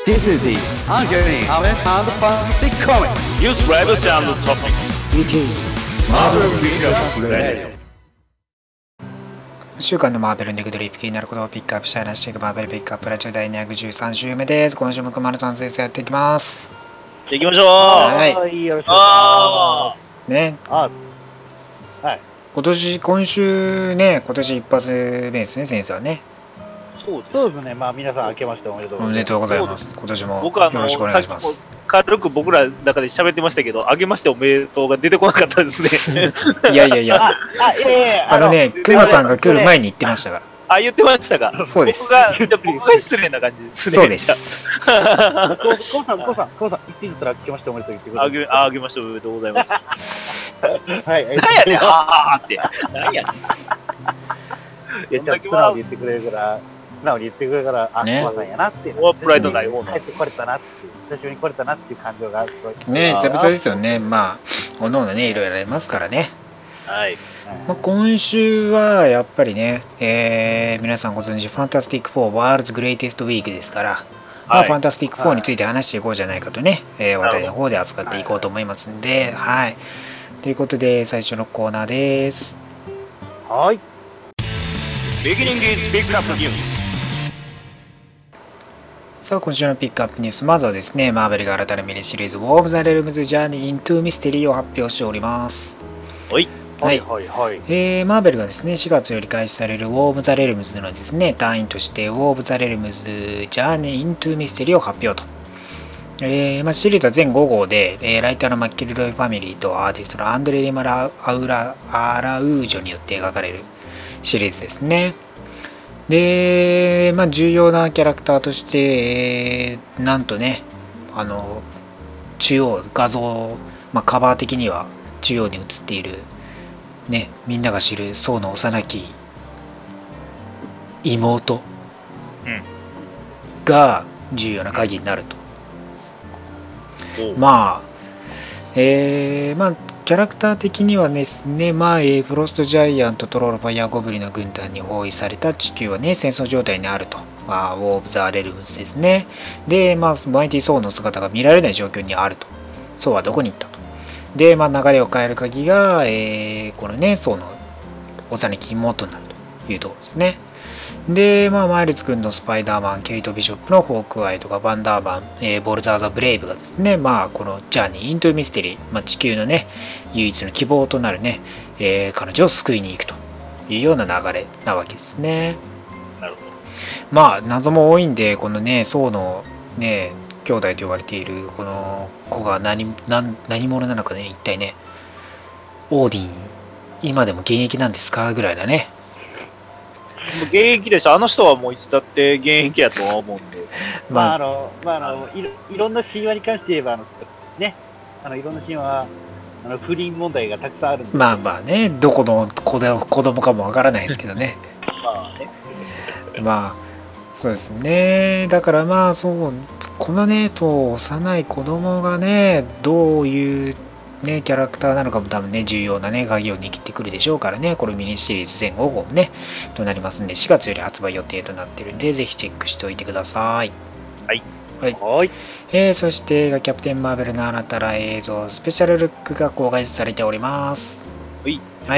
This is the Uncanny Harvest and Fantastic Comics News Rivals and Topics meeting Marvel Pickup Radio。 1週間のマーベルネグドリップ気になることをピックアップしたいなしていくマーベルピックアップラジオ第213週目です。今週も熊野さん先生やっていきます。 行きましょう。 はい。 よろしくお願いします。 ね。 はい。 今週ね、今年一発目ですね、先生はね。 そうですね。まあ皆さん明けましておめでとうございます。 今年も僕よろしくお願いします。 軽く僕らの中で喋ってましたけど、明けましておめでとうが出てこなかったですね。 いや。熊さんが来る前に言ってましたから。 あ、言ってましたか。 そうです。 僕が失礼な感じですね。 そうです。 コウさん、言っていいったら明けましておめでとう言ってください。 明けましておめでとうございます。 はい。 何やねん、あーって。何やねん。 いや、ちゃんと素直に言ってくれるから、あ、コウさんやなっていう。 プライドない方帰ってこれたなっていう、久しぶりに来れたなっていう感情がすごい。 ね、久々ですよね。まあ、おのおのね、いろいろありますからね。 はい。 まあ、今週はやっぱりね、皆さんご存知ファンタスティック4ワールズグレイテストウィークですから、まあ、ファンタスティック4について話していこうじゃないかとね、話題の方で扱っていこうと思いますんで、はい。ということで最初のコーナーです。 はい。 Beginning is Pick Up News。 さあ今週のピックアップニュース、まずはですね、マーベルが新たなミニシリーズ War of the Realms Journey into Mystery を発表しております。 はい。 マーベルがですね、4月より開始される War of the Realms のですね、単位として War of the Realms Journey into Mystery を発表と。シリーズは全5号で、ライターのマッキルロイファミリーとアーティストのアンドレ・レマラ・アラウージョによって描かれるシリーズですね。で、重要なキャラクターとして、なんとね、中央画像、カバー的には中央に映っているね、みんなが知るソウの幼き妹が重要な鍵になると。キャラクター的にはですね、フロストジャイアント、トロール、ファイヤーゴブリンの軍団に包囲された地球はね、戦争状態にあると。ウォー・オブ・ザ・レルムズですね。で、マイティ・ソウの姿が見られない状況にあると。ソウはどこに行ったと。で、流れを変える鍵が、このね、ソウの幼き妹になるというところですね。で、マイルズ君のスパイダーマン、ケイト・ビショップのホークアイとかバンダーマン、ボルザー・ザ・ブレイブがですね、このジャーニー・イントゥ・ミステリー、地球のね、唯一の希望となるね、彼女を救いに行くというような流れなわけですね。 なるほど。 謎も多いんで、このね、ソウのね、兄弟と呼ばれているこの子が何者なのかね、一体ね、オーディン、今でも現役なんですかぐらいだね。 現役でしょ。あの人はもういつだって現役やとは思うんで。 いろんな神話に関して言えば、ね、いろんな神話、不倫問題がたくさんあるんで。 ね、どこの子供かもわからないですけどね。そうですね。だからこのね、幼い子供がね、どういうね、キャラクターなのかも多分ね、重要なね、鍵を握ってくるでしょうからね、これミニシリーズ全5号ね、となりますんで、4月より発売予定となっているんで、ぜひチェックしておいてください。はい。そして、キャプテンマーベルの新たな映像、スペシャルルックが公開されております。はい。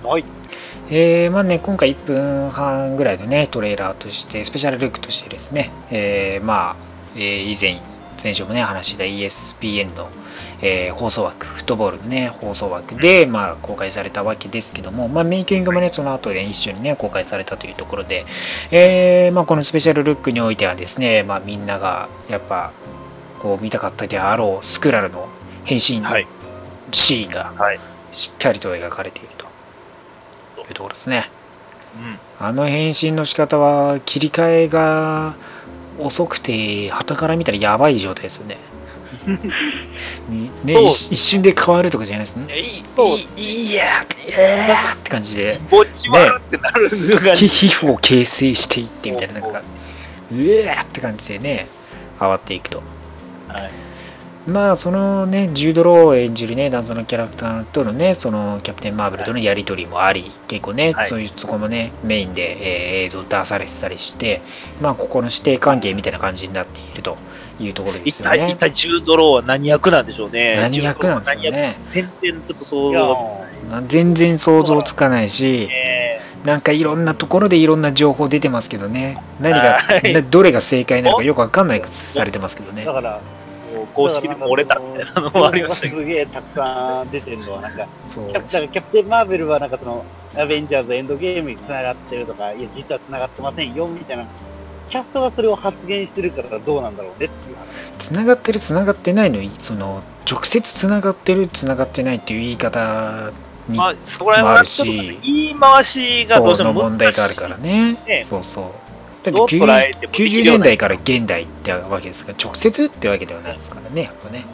今回1分半ぐらいのね、トレーラーとして、スペシャルルックとしてですね、先週もね、話した ESPN の放送枠、フットボールのね、放送枠で、公開されたわけですけども、メイキングもね、その後で一緒にね、公開されたというところで、このスペシャルルックにおいてはですね、みんながやっぱ、見たかったであろうスクラルの変身シーンがしっかりと描かれているというところですね。あの変身の仕方は、切り替えが遅くて、旗から見たらやばい状態ですよね。一瞬で変わるとかじゃないですね。いやーって感じで、 ぼっち悪ってなるのが、 皮膚を形成していってみたいな、うわーって感じでね、変わっていくと。そのね、ジュード・ローを演じるね、謎のキャラクターとのね、そのキャプテン・マーベルとのやり取りもあり、結構ね、そこもね、メインで、映像出されてたりして、ここの師弟関係みたいな感じになっているというところですよね。 一体10ドローは何役なんでしょうね。 何役なんですよね。 全然ちょっと想像全然想像つかないし、なんかいろんなところでいろんな情報出てますけどね、何がどれが正解なのかよくわかんないされてますけどね。 だから公式でも折れたみたいなのもありましたけど、 すげえたくさん出てるのは、なんか、キャプテン・マーベルはなんかその、アベンジャーズエンドゲームに繋がってるとか、いや、実は繋がってませんよ、みたいな、キャストがそれを発言してるからどうなんだろうねっていう話。 繋がってる、繋がってないの、その、直接繋がってる、繋がってないっていう言い方にもあるし、 言い回しがどうしても問題があるからね。そうそう。だって90年代から現代ってわけですから、直接ってわけではないですからね、やっぱね。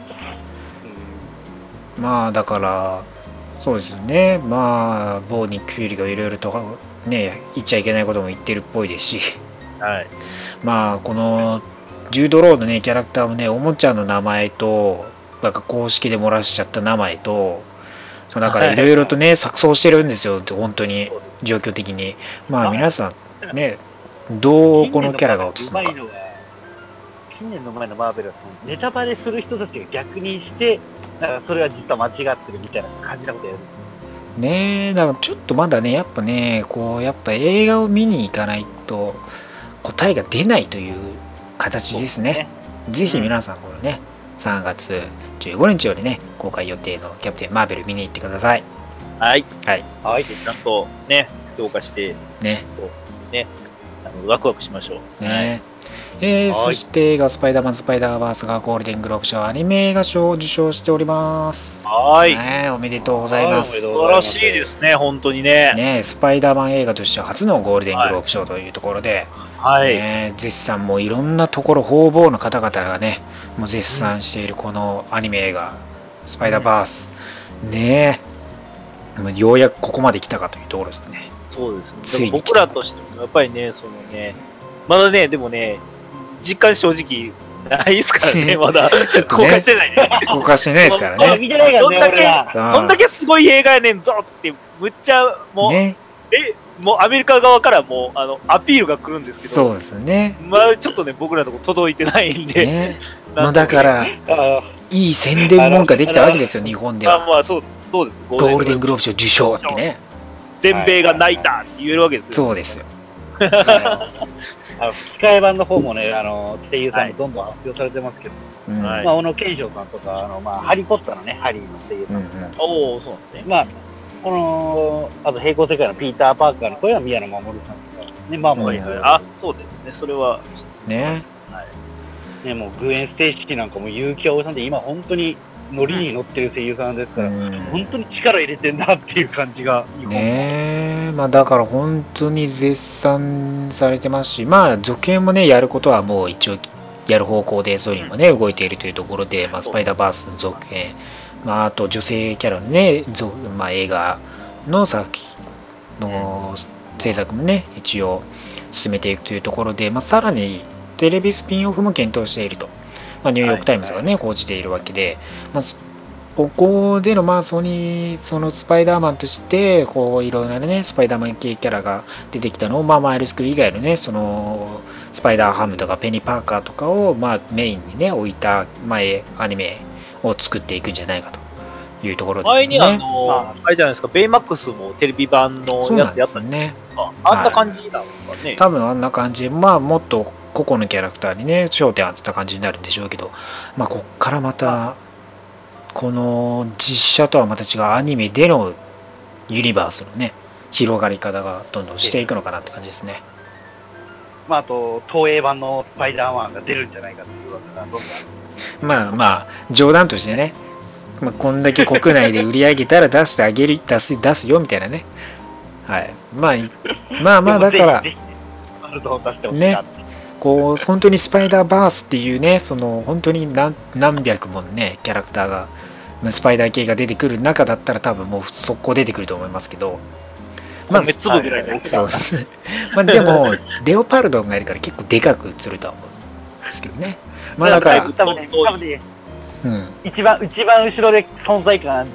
まあだからそうですよね。まあ某ニック・フューリーがいろいろとね言っちゃいけないことも言ってるっぽいですし、 はい、 まあこのジュード・ローのねキャラクターもねおもちゃの名前となんか公式で漏らしちゃった名前とだからいろいろとね錯綜してるんですよって本当に状況的に。まあ皆さんねどうこのキャラが落とすのか。 近年の前のマーベルはネタバレする人たちが逆にしてなんかそれは実は間違ってるみたいな感じなことやるねえ。だからちょっとまだねやっぱねこうやっぱ映画を見に行かないと答えが出ないという形ですね。ぜひ皆さんこのね3月15日よりね公開予定のキャプテンマーベル見に行ってください。 はいはいはい。ちゃんとね評価してねワクワクしましょうね。そして映画スパイダーマンスパイダーバースがゴールデングローブ賞アニメ映画賞を受賞しております。 はい、 おめでとうございます。 素晴らしいですね本当にね。 スパイダーマン映画としては初のゴールデングローブ賞というところで、絶賛もういろんなところ方々の方々がねもう絶賛しているこのアニメ映画スパイダーバースねようやくここまで来たかというところですね。 そうですね。僕らとしてもやっぱりねそのねまだねでもね実感正直ないですからねまだ公開してないね。 公開してないですからね。 どんだけすごい映画やねんぞってむっちゃもうもうアメリカ側からもアピールが来るんですけど、 そうですね。 まあちょっとね僕らのとこ届いてないんで、 だからいい宣伝文化できたわけですよ日本では。 まあそうです。ゴールデングローブ賞受賞ってね。 全米が泣いたって言えるわけですよ。 そうですよ。 吹き替え版の方もね、声優さんもどんどん発表されてますけど、小野賢章さんとか、ハリー・ポッターのね、ハリーの声優さんとか、 そうなんですね。 まあ、あと、平行世界のピーター・パーカーの声は宮野真守さんとか、ね、まあもう、 そうですね、それは、 ね。 ね、もう、グエン・ステイシーなんかも結城葵さんで、今本当に、ノリに乗ってる声優さんですから、本当に力入れてんなっていう感じがね。まあだから本当に絶賛されてますし、まあ続編もねやることはもう一応やる方向でソニーもね動いているというところで、まあ、スパイダーバースの続編、まあ、あと女性キャラのねまあ、映画の作品の制作もね一応進めていくというところで、まあ、さらにテレビスピンオフも検討していると。まあ、ニューヨーク・タイムズがね、報じているわけで、まあ、ここでの、まあ、そのスパイダーマンとして、こういろいろなね、スパイダーマン系キャラが出てきたのを、まあ、マイルスク以外のね、そのスパイダーハムとかペニー・パーカーとかを、まあ、メインにね、置いた、まあ、アニメを作っていくんじゃないかというところですね。 前にあれじゃないですか、ベイマックスもテレビ版のやつやったんですね。あんな感じなんですかね。 多分あんな感じ、まあ、もっと個々のキャラクターにね焦点当てた感じになるんでしょうけど、まあこっからまたこの実写とはまた違うアニメでのユニバースのね広がり方がどんどんしていくのかなって感じですね。 まああと東映版のスパイダーマンが出るんじゃないかという噂がどんどんまあ冗談としてね、まあ、こんだけ国内で売り上げたら出してあげる出すよみたいなね。はい。まあだからね。こう本当にスパイダーバースっていうねその本当に何百ものねキャラクターがスパイダー系が出てくる中だったら多分もう速攻出てくると思いますけど、 まあ粒ぐらいの大きさまあでもレオパルドンがいるから結構でかく映るとは思うんですけどね。まあだから多分ね、一番後ろで存在感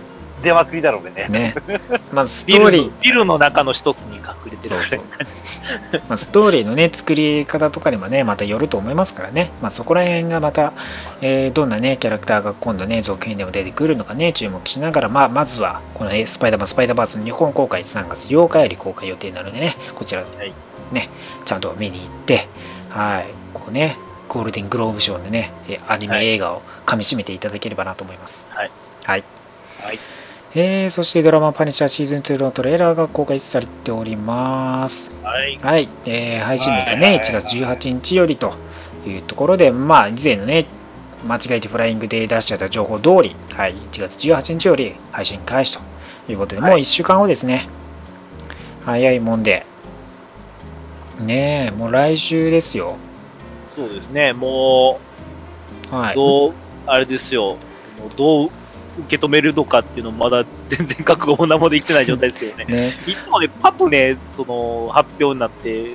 出まくりだろうね。 ね。まあ、ストーリー。 ビルの中の一つに隠れてる。 そうまあ、ストーリーのね、作り方とかにもね、またよると思いますからね。まあ、そこら辺がまた、どんなね、キャラクターが今度ね、続編でも出てくるのかね、注目しながら、まあ、まずは、このね、スパイダーバースの日本公開3月8日より公開予定なのでね、こちら、ね、ちゃんと見に行って、はい、こうね、ゴールデングローブ賞でね、アニメ映画をかみしめていただければなと思います。 はい。 はい。そしてドラマパニッシャーシーズン2のトレーラーが公開されております。 はい。 はい。配信日がね、1月18日よりというところで、まあ、以前のね、間違えてフライングで出しちゃった情報通り、はい、1月18日より配信開始ということで、もう1週間後ですね。早いもんで。ねえ、もう来週ですよ。 そうですね、もう、 はい、 あれですよ、どう受け止めるのかっていうのもまだ全然覚悟も何もできてない状態ですけどね。いつもね、パッとね、その発表になって、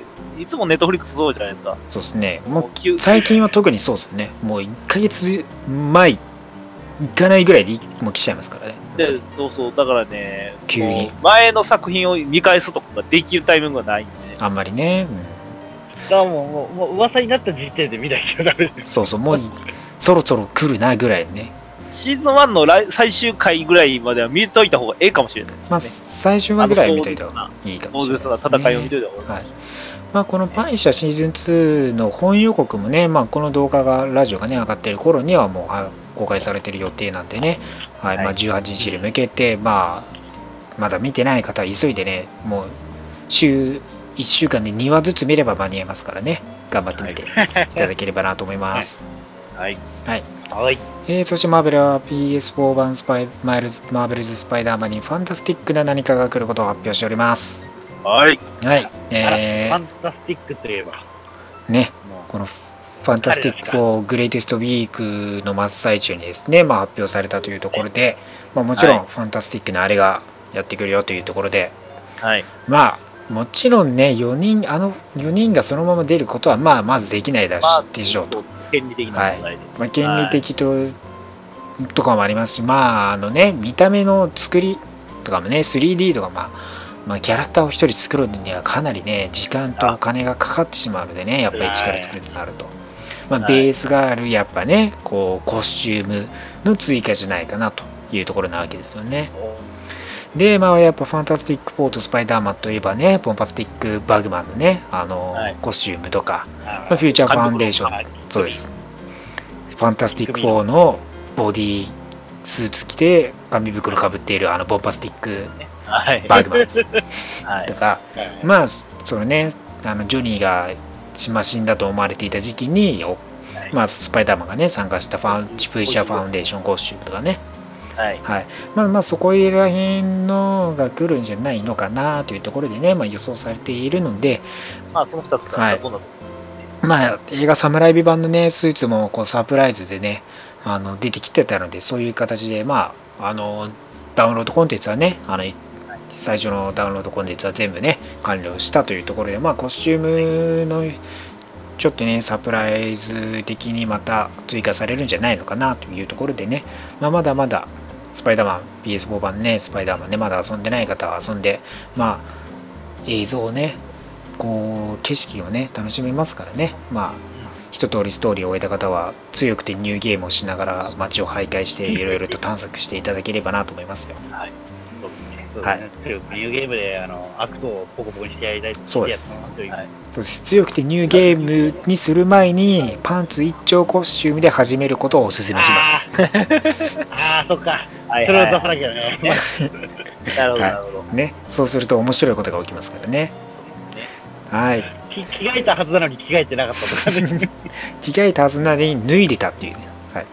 いつもネットフリックスそうじゃないですか。 そうですね。もう最近は特にそうですね。もう1ヶ月前いかないぐらいでもう来ちゃいますからね。 で、そう、だからね、 急に前の作品を見返すとかができるタイミングがないんで、ね。 あんまりね。 もう噂になった時点で見ないとダメです。 そう、もうそろそろ来るなぐらいね。 シーズン1の最終回ぐらいまでは見といた方がいいかもしれないですね。 まあ、最終話ぐらい見といた方がいいかもしれないですね。 そうです、戦いを見といた方がいいかもしれない。はい。 まあ、このパニッシャーシーズン2の本予告もね、まあ、この動画が、ラジオがね、上がっている頃にはもう公開されている予定なんでね、はい、まあ、18日に向けて、まあ、まだ見てない方は急いでね、もう、週1週間で2話ずつ見れば間に合いますからね、頑張ってみていただければなと思います。 はい。 そしてマーベルは PS4 版マーベルズ・スパイダーマンにファンタスティックな何かが来ることを発表しております。 はい。 ファンタスティックといえば。 ね、このファンタスティック4グレイテストウィークの真っ最中にですね、まあ、発表されたというところで、まあ、もちろんファンタスティックなあれがやってくるよというところで、 はい、 まあ、もちろんね、4人がそのまま出ることは、まあ、まずできないでしょうと。 権利的な問題で。 まあ、権利的とかもありますし、まあ、見た目の作りとかもね、3D とか、まあ、キャラクターを一人作るにはかなりね、時間とお金がかかってしまうのでね、やっぱり一から作るとなると。まあ、ベースがある、やっぱね、こう、コスチュームの追加じゃないかなというところなわけですよね。で、まあ、やっぱファンタスティック4とスパイダーマンといえばね、ボンバスティックバグマンのね、コスチュームとか、フューチャーファウンデーション、そうです。ファンタスティック4のボディスーツ着て、紙袋かぶっているボンバスティックバグマンとか、まあ、そのね、ジョニーが死んだと思われていた時期に、まあ、スパイダーマンがね、参加したフューチャーファウンデーションコスチュームとかね、まあそこら辺のが来るんじゃないのかなというところでね、まあ、予想されているので、 まあその2つがどんなとまあ映画サムライビ版のねスーツもこうサプライズでね出てきてたので、そういう形でまあダウンロードコンテンツはね最初のダウンロードコンテンツは全部ね完了したというところで、まあコスチュームのちょっとねサプライズ的にまた追加されるんじゃないのかなというところでね、まあ、まだまだスパイダーマン PS4 版ね、スパイダーマンね、まだ遊んでない方は遊んで、まあ映像をね、こう景色をね楽しめますからね、まあ一通りストーリーを終えた方は強くてニューゲームをしながら街を徘徊していろいろと探索していただければなと思いますよ。 はい。そうですね。強くてニューゲームで悪党をポコポコにしてやりたいってやつのという。 そうです。強くてニューゲームにする前にパンツ一丁コスチュームで始めることをお勧めします。 そっか。それを出さなきゃね。 なるほど、なるほど。 ね、そうすると面白いことが起きますからね。はい。 着替えたはずなのに着替えてなかったとかね。 着替えたはずなのに脱いでたっていうね。はい。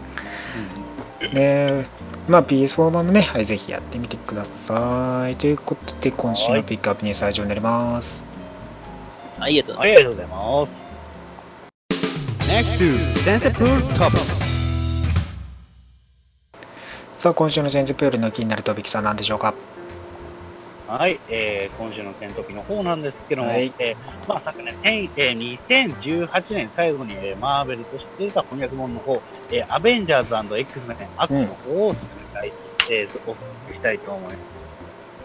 まあ PS4 版もね、はい、ぜひやってみてください。ということで、今週のピックアップニュースは以上になります。 ありがとうございます。 Next to Sensei Pool Topics。 さあ、今週のセンスプールの気になるトピックさん何でしょうか。 はい、今週のセントピの方なんですけども、まあ、昨年、2018年最後に、マーベルとして出た翻訳本の方、アベンジャーズ&X メン、悪の方を作りたいお聞きしたいと思います。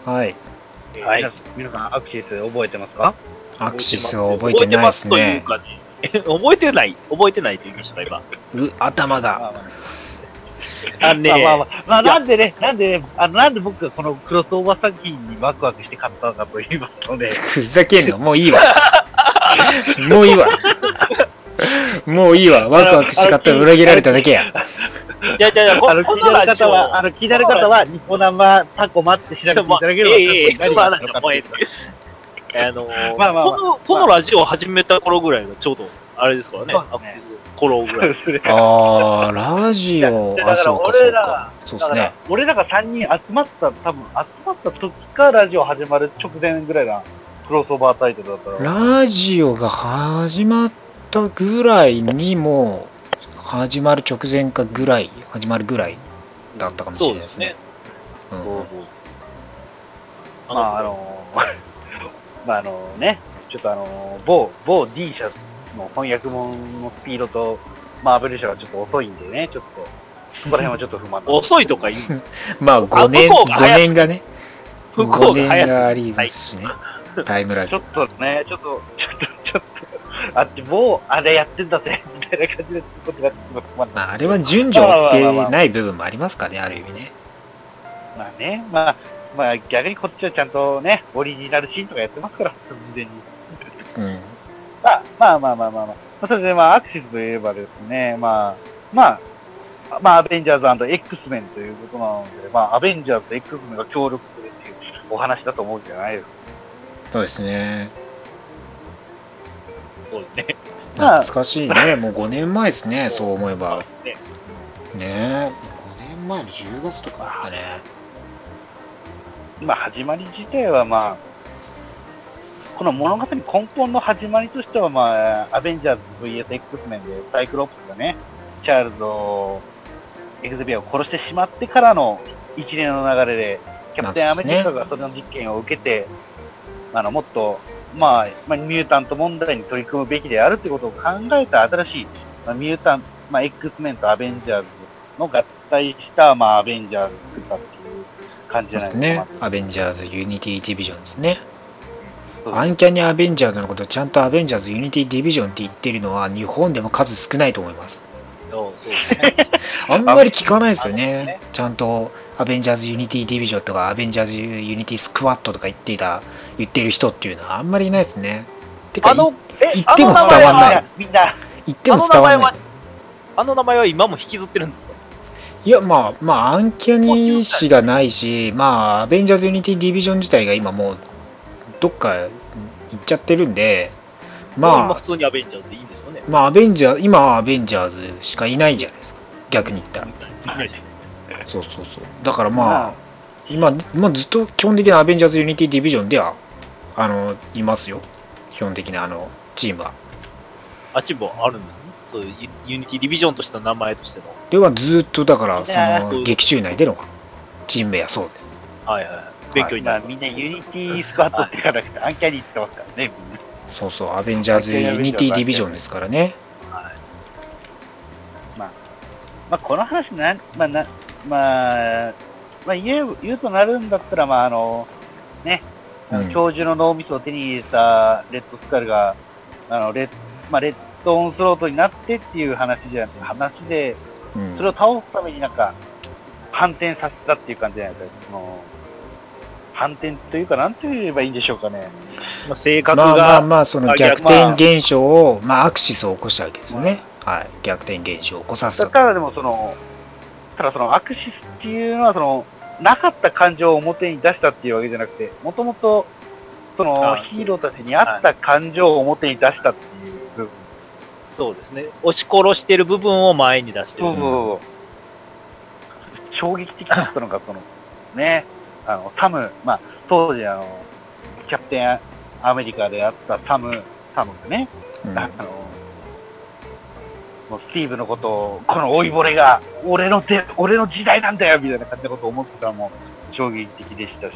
はい。 はい。 皆さん、アクシス覚えてますか？ アクシスは覚えてないですね。 覚えてないと言いましたか、今。 頭が。 なんで僕がこのクロスオーバー作品にワクワクして買ったのかと言いますとね。 ふざけんの、もういいわ。もういいわ。もういいわ。ワクワクして買ったら裏切られただけや。 じゃあ、このラジオ気になる方は、ニコ生タコマって調べていただければ、 このラジオを始めた頃ぐらいがちょうど、あれですからね。頃ぐらい。 ラジオ、そうか。そうですね。 俺らが3人集まった時かラジオ始まる直前ぐらいがクロスオーバータイトルだったら。 ラジオが始まったぐらいにも始まる直前かぐらい、始まるぐらいだったかもしれないですね。 ちょっと某 D 社の翻訳本のスピードとマーベル社がちょっと遅いんでね、ちょっと、そこら辺はちょっと不満だ。 遅いとか言うまあ5年がね、 向こうが 5年がありますしね、タイムラグ。 ちょっと、あれやってんだぜ、みたいな感じでことがあれは順序追ってない部分もありますかね、ある意味ね。 逆にこっちはちゃんとね、オリジナルシーンとかやってますから、完全に。それでアクシスといえばですね、アベンジャーズ &X メンということなので、アベンジャーズと X メンが協力するっていうお話だと思うじゃないですか。 そうですね。 そうですね。 懐かしいね。もう5年前ですね、そう思えば。ねえ、5年前の10月とかだったね。 始まり自体はこの物語根本の始まりとしてはアベンジャーズ VS X メンでサイクロプスがね、チャールズをエグゼビアを殺してしまってからの一連の流れで、キャプテンアメリカがその実験を受けて、もっと、ミュータント問題に取り組むべきであるということを考えた新しい、X メンとアベンジャーズの合体した、アベンジャーズを作ったっていう感じじゃないですか。 ね、アベンジャーズユニティディビジョンですね。アンキャニアベンジャーズのことをちゃんとアベンジャーズユニティディビジョンって言ってるのは日本でも数少ないと思います。 そうですね。 あんまり聞かないですよね。ちゃんとアベンジャーズユニティディビジョンとかアベンジャーズユニティスクワットとか言ってる人っていうのはあんまりいないですね。てか言っても伝わんない。言っても伝わんない。 あの名前は今も引きずってるんですか？ いや、アンキャニーがないし、アベンジャーズユニティディビジョン自体が今もうどっか行っちゃってるんで、 今普通にアベンジャーズでいいんですよね。 今はアベンジャーズしかいないじゃないですか。逆に言ったら。そう。だから今ずっと基本的なアベンジャーズユニティディビジョンではいますよ。基本的なチームは。 チームはあるんですね。そういうユニティディビジョンとした名前としての。 ではずっとだからその劇中内でのチーム名はそうです。 はい。勉強になる。 みんなユニティスクワットって言わなくてアンキャニーって言ってますからね。 そう、アベンジャーズユニティディビジョンですからね。 この話言うとなるんだったら、教授の脳みそを手に入れたレッドスカルが、レッドオンスロートになってっていう話で、それを倒すために反転させたっていう感じじゃないですか。反転というか、なんて言えばいいんでしょうかね。 性格が。 その逆転現象を、アクシスを起こしたわけですよね。はい。逆転現象を起こさせた。 ただそのアクシスっていうのは、なかった感情を表に出したっていうわけじゃなくて、もともと、ヒーローたちにあった感情を表に出したっていう部分。 そうですね。押し殺してる部分を前に出してる。 そう。衝撃的だったのが、サム、当時キャプテンアメリカであったサムがね、もうスティーブのことを、この老いぼれが、俺の時代なんだよみたいな感じのことを思ってたのも衝撃的でしたし。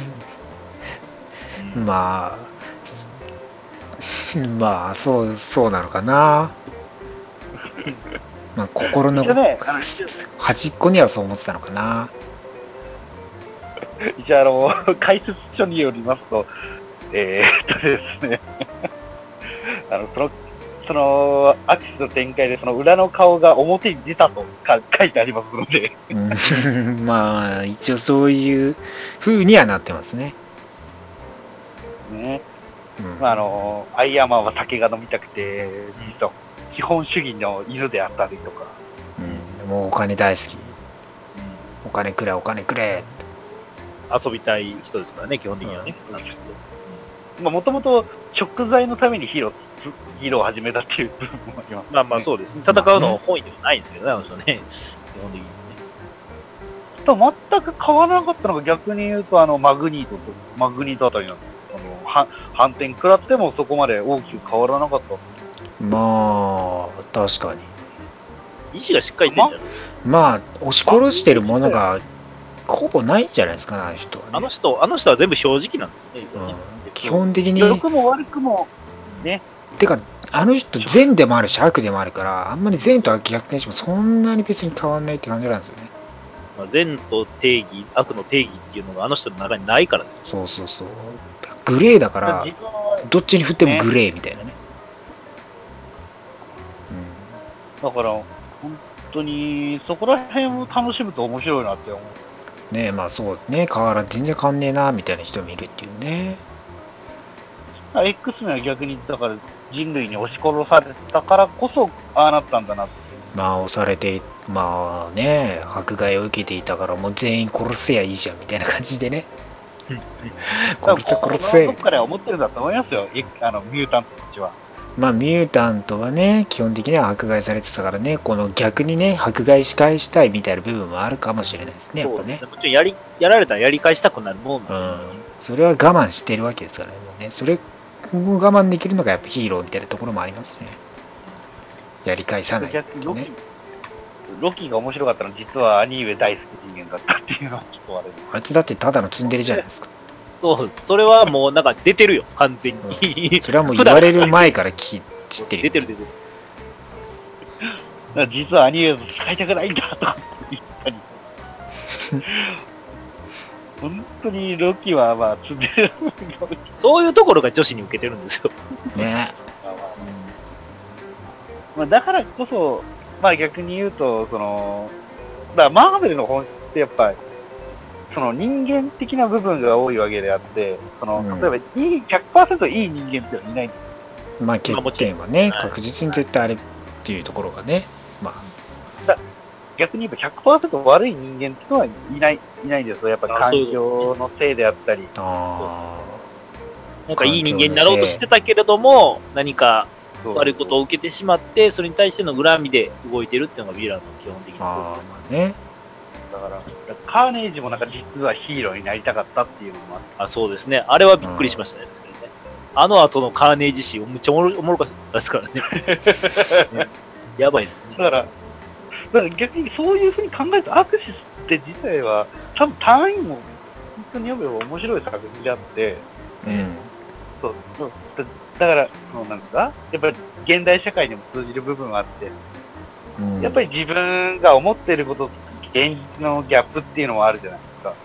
そうなのかな。心の端っこにはそう思ってたのかな。 一応解説書によりますと、ですね、そのアクシスの展開でその裏の顔が表に出たと書いてありますので。 まあ、一応そういう風にはなってますね。 ね。まあ、アイアンマンは酒が飲みたくて、実は資本主義の犬であったりとか。 もうお金大好き。お金くれ、お金くれ。 遊びたい人ですからね、基本的にはね。 もともと食材のためにヒーローを始めたっていう部分もあります、ね。 まあまあそうですね。戦うの本意ではないんですけどね、あの人ね。基本的にね。 と全く変わらなかったのが逆に言うと、マグニートあたりなんです。反転食らってもそこまで大きく変わらなかった。 まあ、確かに。 意志がしっかりしてるんじゃない？ まあ、押し殺してるものがほぼないんじゃないですかね、あの人は、ね。 あの人は全部正直なんですよね。 基本的に。 良くも悪くも、ね。 てか、あの人善でもあるし悪でもあるから、あんまり善とは逆転してもそんなに別に変わんないって感じなんですよね。 善と定義、悪の定義っていうのがあの人の中にないからです。 そうそうそう。グレーだから、どっちに振ってもグレーみたいなね。 だから、本当に、そこら辺を楽しむと面白いなって思う。 ねえ、まあそうね、全然変わんねえな、みたいな人もいるっていうね。 X メンは逆に、だから人類に押し殺されたからこそ、ああなったんだなって。 まあ押されて、まあね、迫害を受けていたからもう全員殺せやいいじゃんみたいな感じでね。 殺せ。どっかで思ってるんだと思いますよ、ミュータントたちは。 まあミュータントはね、基本的には迫害されてたからね、この逆にね、迫害し返したいみたいな部分もあるかもしれないですね、やっぱね。 もちろんやられたらやり返したくなるもんなんで、 それは我慢してるわけですからね、もうね。それを我慢できるのがやっぱヒーローみたいなところもありますね。やり返さない、ね。 ロキが面白かったのは実は兄上大好き人間だったっていうのはちょっとあれです。 あいつだってただのツンデレじゃないですか。 そう、それはもうなんか出てるよ、完全に。 それはもう言われる前から知ってる。 出てる。 実は兄上と使いたくないんだとか言ったり。本当にロキはまあツンデレそういうところが女子に受けてるんですよ。 ね。 まあだからこそ、まあ逆に言うと、だからマーベルの本質ってやっぱり、その人間的な部分が多いわけであって、例えば100% いい人間ってはいないんですよ。 まあ欠点はね、確実に絶対あれっていうところがね、まあ。 逆に言えば 100% 悪い人間ってのはいないんですよ。やっぱ環境のせいであったり。 なんかいい人間になろうとしてたけれども、何か悪いことを受けてしまって、それに対しての恨みで動いてるっていうのがヴィランの基本的なことです。 まあね。 だから、カーネージもなんか実はヒーローになりたかったっていうのもあって。 そうですね。あれはびっくりしましたね。あの後のカーネージシーン、めっちゃおもろかったですからね。やばいですね。 だから逆にそういうふうに考えると、アクシスって自体は、多分単位も本当に読めば面白い作品であって、だから、なんですか、やっぱり現代社会にも通じる部分はあって、やっぱり自分が思っていることと現実のギャップっていうのもあるじゃないですか。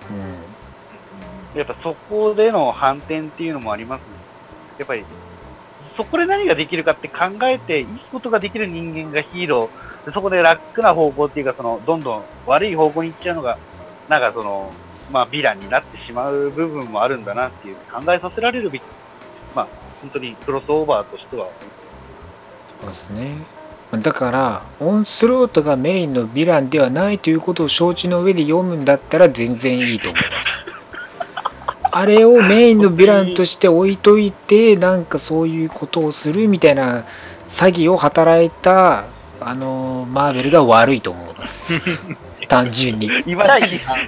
やっぱそこでの反転っていうのもありますね。やっぱり、そこで何ができるかって考えて、いいことができる人間がヒーロー、でそこで楽な方向っていうか、どんどん悪い方向に行っちゃうのが、なんかまあ、ヴィランになってしまう部分もあるんだなっていう、考えさせられるべき、まあ、本当にクロスオーバーとしては。 そうですね。だから、オンスロートがメインのヴィランではないということを承知の上で読むんだったら全然いいと思います。あれをメインのヴィランとして置いといて、なんかそういうことをするみたいな詐欺を働いた、マーベルが悪いと思います。単純に。 いまだに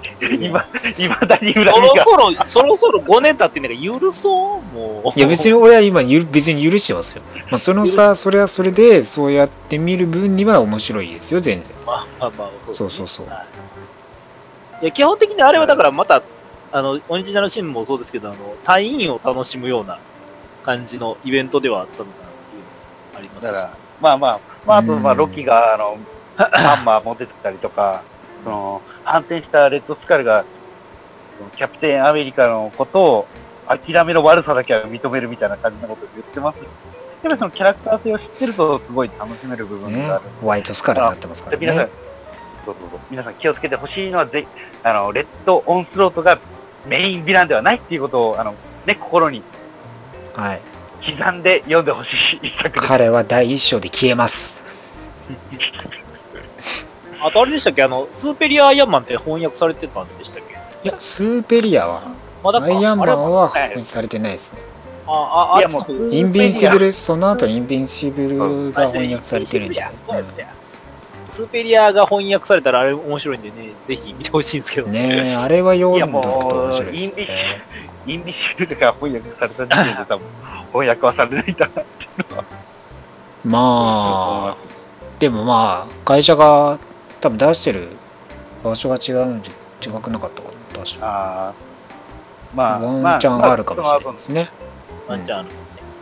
恨みが。 そろそろ5年経ってんだから許そうもう。 いや別に俺は今別に許してますよ。まあそれはそれでそうやって見る分には面白いですよ、全然。 まあ、 そう。 いや基本的にあれはだからまた、オリジナルシーンもそうですけど、隊員を楽しむような感じのイベントではあったのかなっていうのがありますし。 だから、あと、ロキが、ハンマー持ってたりとか、反転したレッドスカルが、 キャプテンアメリカのことを諦めの悪さだけは認めるみたいな感じのことを言ってます。やっぱりそのキャラクター性を知ってるとすごい楽しめる部分がある、 ホワイトスカルになってますからね。 皆さん気をつけてほしいのはレッドオンスロートがメインヴィランではないっていうことを心に刻んで読んでほしい一作です。 彼は第一章で消えます。 あとあれでしたっけ、スーペリアアイアンマンって翻訳されてたんでしたっけ？ いや、スーペリアは、アイアンマンは翻訳されてないですね。 いやもうインビンシブル、その後にインビンシブルが翻訳されてるんで。 そうですね。スーペリアが翻訳されたらあれ面白いんでね、ぜひ見てほしいんですけどね。あれは読んどくと面白いですね。 インビンシブルが翻訳された時点で多分翻訳はされないんだなっていうのは。 まあ、でもまあ、会社が多分出してる場所が違うんで違くなかったかな、確かに。ワンチャンあるかもしれないですね。 ワンチャンある。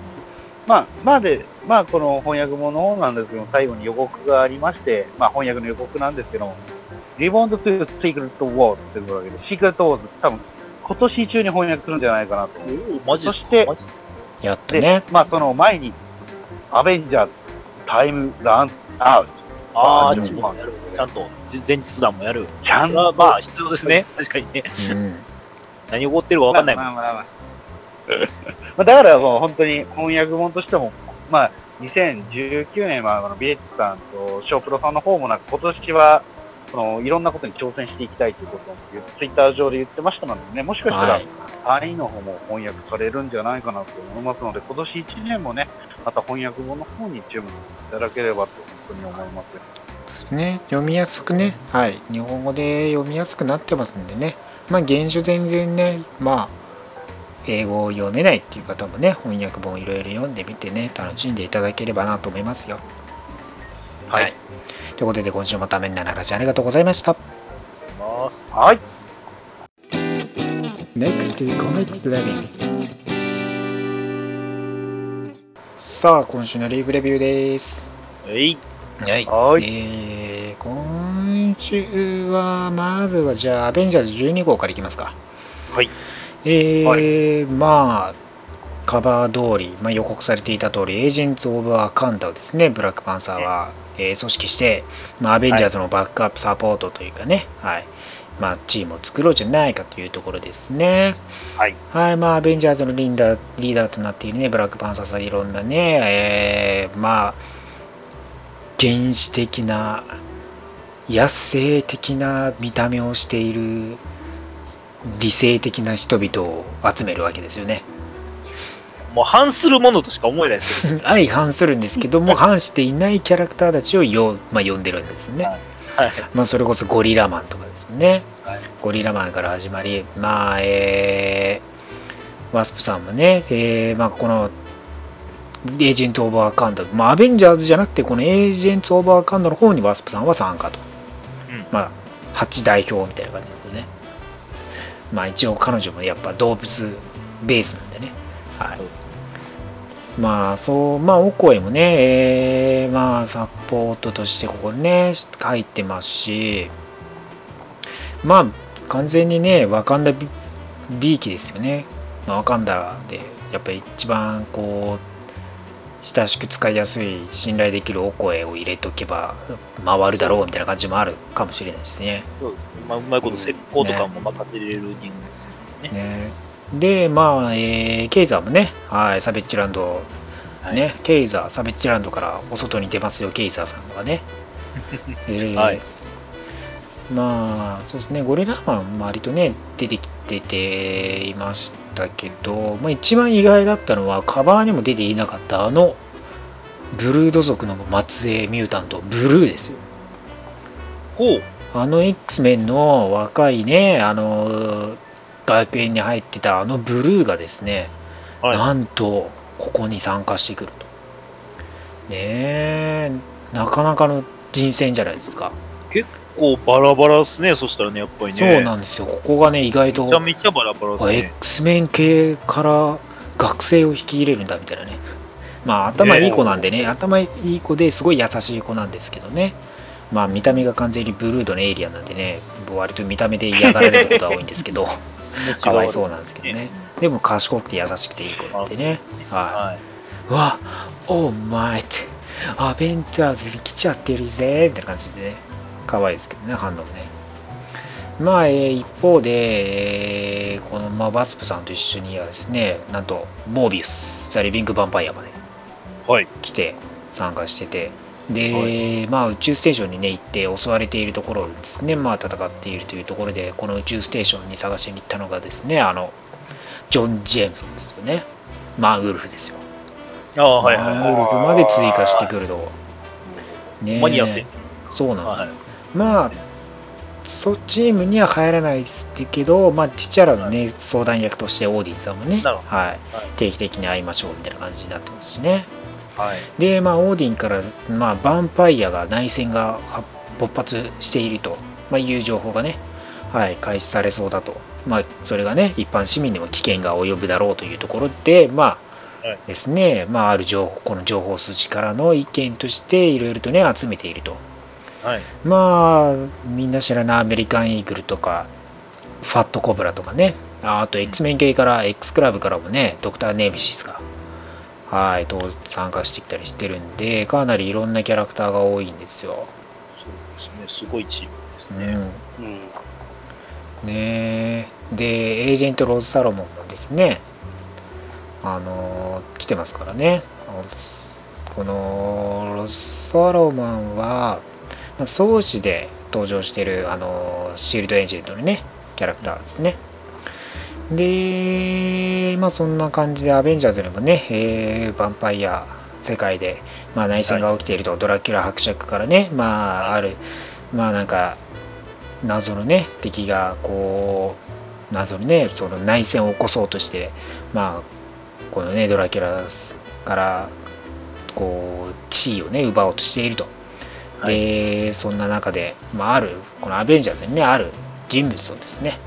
この翻訳本の方なんですけど、最後に予告がありまして、翻訳の予告なんですけど、リボンド・トゥ・シークレット・ウォーズというわけで、シークレット・ウォーズ、多分今年中に翻訳するんじゃないかなと。そして、 やっとね。 その前に、アベンジャーズ、タイム・ラン・アウト。 ちゃんと前日談もやる。 ちゃんと。 必要ですね。確かにね。何起こってるか分かんないもん。 だからもう本当に翻訳本としても、2019年はビレッジさんとショープロさんの方も今年はいろんなことに挑戦していきたいということをツイッター上で言ってましたのでね、もしかしたら単位の方も翻訳されるんじゃないかなと思いますので、今年1年もね、また翻訳本の方に注目いただければと本当に思いますですね。読みやすくね、日本語で読みやすくなってますんでね、原種全然ね、英語を読めないっていう方もね、翻訳本いろいろ読んでみてね、楽しんでいただければなと思いますよ。はい。ということで、今週もためになる話ありがとうございました。 はい。 Next Comics Reading。さあ、今週のリーグレビューです。 はい。 今週は、まずはじゃあ、アベンジャーズ12号からいきますか。 はい。 カバー通り、予告されていた通り、エージェンツ・オブ・アカンダをですね、ブラックパンサーは、組織して、アベンジャーズのバックアップサポートというかね、チームを作ろうじゃないかというところですね。アベンジャーズのリーダーとなっているね、ブラックパンサーさん、いろんなね、原始的な、野生的な見た目をしている、理性的な人々を集めるわけですよね。 もう反するものとしか思えないですけど、 相反するんですけども、反していないキャラクターたちを呼んでるんですね。それこそゴリラマンとかですね。ゴリラマンから始まり、ワスプさんもね、このエージェント・オブ・アカンダ、アベンジャーズじゃなくて、このエージェント・オブ・アカンダの方にワスプさんは参加と。8代表みたいな感じですね。一応彼女もやっぱ動物ベースなんでね。オコエもね、サポートとしてここにね、入ってますし、完全にね、ワカンダびいきですよね。ワカンダで、やっぱり一番親しく使いやすい、信頼できるオコエを入れとけば回るだろうみたいな感じもあるかもしれないですね。 そうですね。うまいこと石膏とかも任せれる人物ですね。 で、ケイザーもね、サベッジランド、ケイザー、サベッジランドからお外に出ますよ、ケイザーさんがね。そうですね、ゴリラマン、割とね、出てきていましたけど、一番意外だったのは、カバーにも出ていなかったブルード族の末裔ミュータント、ブルーですよ。X メンの若いね、学園に入ってたブルーがですね、なんとここに参加してくると。なかなかの人選じゃないですか。 結構バラバラですね、そしたらね、やっぱりね。 そうなんですよ、ここがね、意外とめちゃめちゃバラバラですね。 X メン系から学生を引き入れるんだみたいなね。頭いい子なんでね、頭いい子ですごい優しい子なんですけどね。見た目が完全にブルードのエイリアンなんでね、割と見た目で嫌がられることが多いんですけどかわいそうなんですけどね。でも賢くて優しくていい子ってね。はい。うわ、オーマイって、アベンジャーズに来ちゃってるぜみたいな感じでね。かわいいですけどね、反応ね。まあ、一方で、この、バスプさんと一緒にはですね、なんと、モービウス、ザ・リビング・ヴァンパイアまで来て参加してて、で、宇宙ステーションにね、行って襲われているところをですね、戦っているというところで、この宇宙ステーションに探しに行ったのがですね、ジョン・ジェームソンですよね。ウルフですよ。ウルフまで追加してくると。 ね、マニアスそうなんです。チームには入らないですけど、ティチャラのね、相談役としてオーディンさんもね、定期的に会いましょうみたいな感じになってますしね。で、オーディンから、ヴァンパイアが内戦が勃発していると、いう情報がね、開始されそうだと。それがね、一般市民にも危険が及ぶだろうというところで、ですね、あるこの情報筋からの意見としていろいろとね、集めていると。みんな知らないアメリカンイーグルとか、ファットコブラとかね、あと X メン系から、X クラブからもね、ドクターネメシスが、参加してきたりしてるんで、かなりいろんなキャラクターが多いんですよ。 そうですね、すごいチームですね。 で、エージェント・ローズ・サロモンもですね、来てますからね。このロス・サロマンは、創始で登場しているシールドエージェントのね、キャラクターですね。で、そんな感じでアベンジャーズでもね、ヴァンパイア世界で、内戦が起きていると、ドラキュラ伯爵からね、ある、なんか、謎のね、敵が、謎のね、その内戦を起こそうとして、このね、ドラキュラから、地位をね、奪おうとしていると。で、そんな中で、このアベンジャーズにね、ある人物をですね、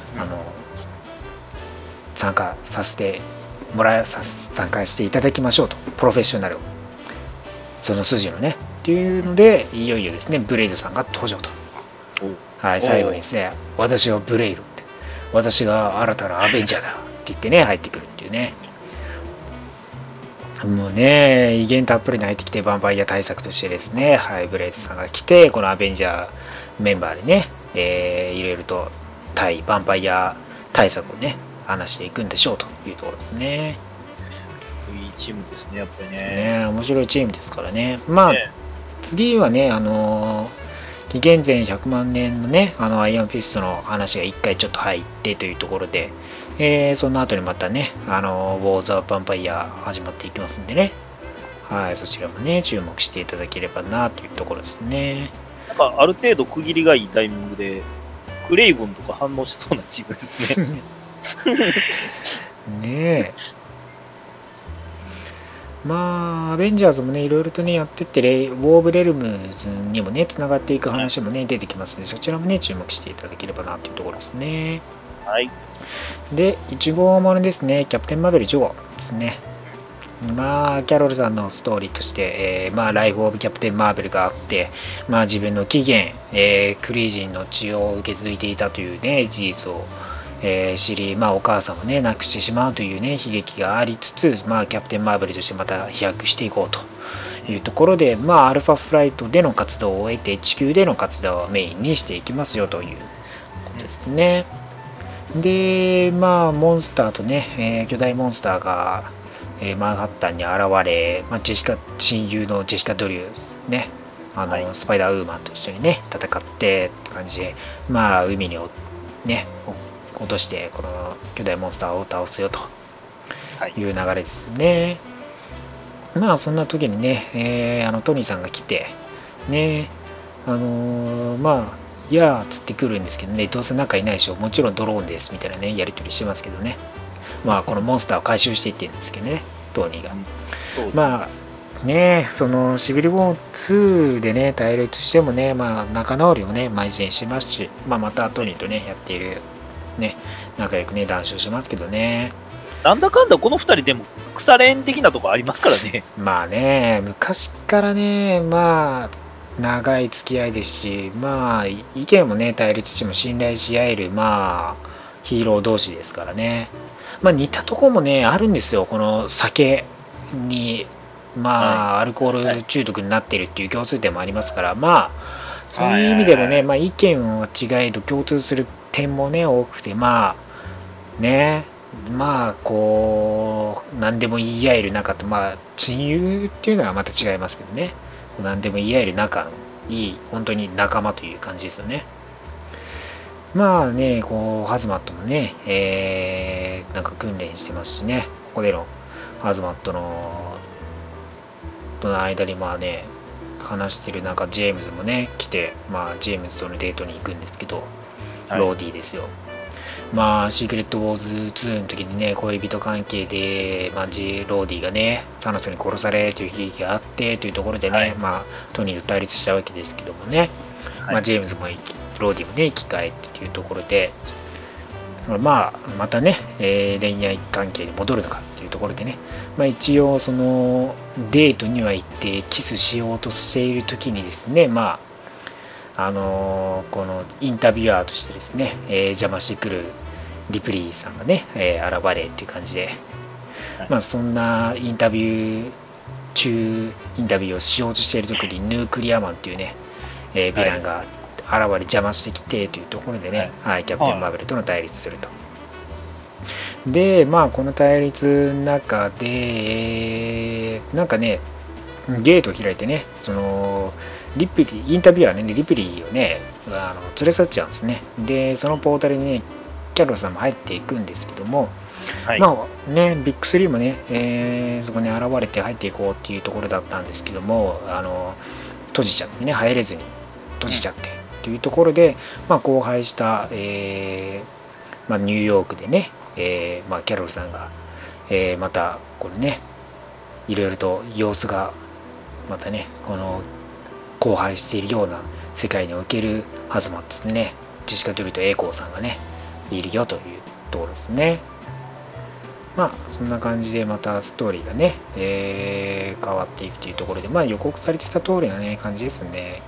参加していただきましょうと。プロフェッショナルを。その筋のね。っていうので、いよいよですね、ブレイドさんが登場と。最後にですね、私はブレイドって。私が新たなアベンジャーだって言ってね、入ってくるっていうね。もうね、威厳たっぷりに入ってきて、ヴァンパイア対策としてですね、ブレイドさんが来て、このアベンジャーメンバーでね、いろいろとヴァンパイア対策をね、話していくんでしょうというところですね。 いいチームですね、やっぱりね。 面白いチームですからね。次はね、紀元前100万年のね、アイアンフィストの話が1回ちょっと入ってというところで、その後にまたね、ウォーズ・オブ・ヴァンパイア始まっていきますんでね、そちらもね、注目していただければなというところですね。 なんか、ある程度区切りがいいタイミングで、クレイブンとか反応しそうなチームですね。 ねえ。アベンジャーズもね、いろいろとね、やってって、ウォー・オブ・レルムズにもね、つながっていく話もね、出てきますので、そちらもね、注目していただければなというところですね。で、1号ものですね、キャプテン・マーベル1号ですね。キャロルさんのストーリーとして、ライフ・オブ・キャプテン・マーベルがあって、自分の起源、クリージンの血を受け継いでいたというね、事実を、知り、お母さんをね、亡くしてしまうというね、悲劇がありつつ、キャプテン・マーベルとしてまた飛躍していこうというところで、アルファフライトでの活動を終えて、地球での活動をメインにしていきますよということですね。で、モンスターとね、巨大モンスターが、マンハッタンに現れ、親友のジェシカ・ドリュースね、スパイダーウーマンと一緒にね、戦ってって感じで、海にね、落としてこの巨大モンスターを倒すよという流れですね。そんな時にね、トニーさんが来てね、いやーっつってくるんですけどね、どうせ仲いないでしょ、もちろんドローンですみたいなね、やり取りしてますけどね、このモンスターを回収していってるんですけどね、トニーが。そのシビルウォー2でね、対立してもね、仲直りをね、以前しますし、またトニーとね、やっているね、仲良くね、談笑しますけどね。 なんだかんだこの2人でも腐れ縁的なとこありますからね。 昔からね、長い付き合いですし、意見もね、対立しても信頼し合える、 ヒーロー同士ですからね。まあ似たとこもねあるんですよ。この酒にまあアルコール中毒になっているっていう共通点もありますから、まあそういう意味でもね、まあ意見は違えど共通する点もね多くて、まあね、まあこう何でも言い合える仲と、まあ親友っていうのはまた違いますけどね、何でも言い合える仲いい本当に仲間という感じですよね。まあね、こうハズマットもね、なんか訓練してますしね、ここでのハズマットのとの間にまあね話してる中、ジェームズもね来て、まあジェームズとのデートに行くんですけど、ローディですよ。まあシークレットウォーズ2の時にね恋人関係で、まあ、ローディがねサノスに殺されという悲劇があってというところでね、まあトニーと対立したわけですけどもね、まあジェームズもローディもね生き返ってというところで、まあまたね、恋愛関係に戻るのかっていうところでね、まあ一応そのデートには行ってキスしようとしている時にですね、まあこのインタビュアーとしてですね、邪魔してくるリプリーさんがね、現れっていう感じで、まあそんなインタビューをしようとしている時にヌークリアマンっていうね、ヴィランが現れ邪魔してきてというところでね、キャプテン・マーベルとの対立すると。で、まあこの対立の中で、なんかね、ゲートを開いてね、そのインタビュアーね、リプリーをね、連れ去っちゃうんですね。で、そのポータルにね、キャロルさんも入っていくんですけども、まあね、ビッグ3もね、そこに現れて入っていこうっていうところだったんですけども、閉じちゃってね、入れずに閉じちゃって、というところで、まあ、荒廃した、まあ、ニューヨークでね、まあ、キャロルさんが、またこれねいろいろと様子がまたねこの荒廃しているような世界におけるハズマッツでね、ジェシカ・ドゥルとエイコーさんがねいるよというところですね。まあそんな感じでまたストーリーがね、変わっていくというところで、まあ予告されてた通りのね感じですね。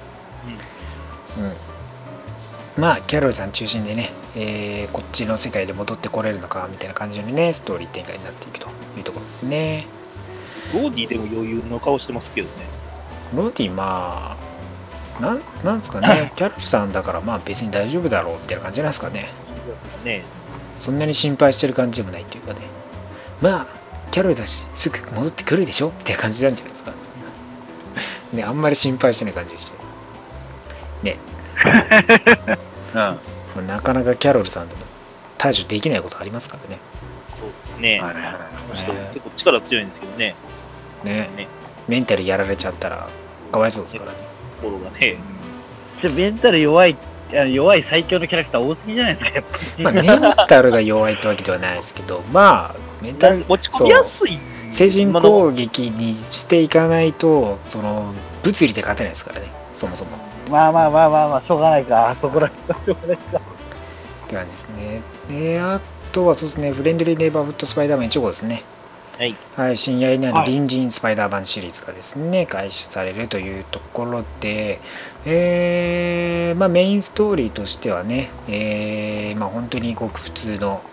まあキャロルさん中心でね、こっちの世界で戻ってこれるのかみたいな感じのねストーリー展開になっていくというところですね。 ローディでも余裕の顔してますけどね。 ローディまあなんですかね、キャロルさんだからまあ別に大丈夫だろうみたいな感じなんですかね。そんなに心配してる感じでもないっていうかね、まあキャロルだしすぐ戻ってくるでしょみたいな感じなんじゃないですかね。あんまり心配してない感じでしたね。なかなかキャロルさんでも対処できないことありますからね。 そうですね。結構力強いんですけどね。 メンタルやられちゃったらかわいそうですからね。 心がね。 メンタル弱い最強のキャラクター多すぎじゃないですか、やっぱり。 まあ、メンタルが弱いってわけではないですけど、まあ、メンタル持ち込みやすい。 精神攻撃にしていかないと、その物理で勝てないですからね、そもそも。 まあ、しょうがないか、そこら辺はしょうがないか。 って感じですね。あとはそうですね、フレンドリーネイバーフットスパイダーマン1号ですね。はい、親愛なる隣人スパイダーマンシリーズがですね、開始されるというところで、まあ、メインストーリーとしてはね、まあ、本当にごく普通の、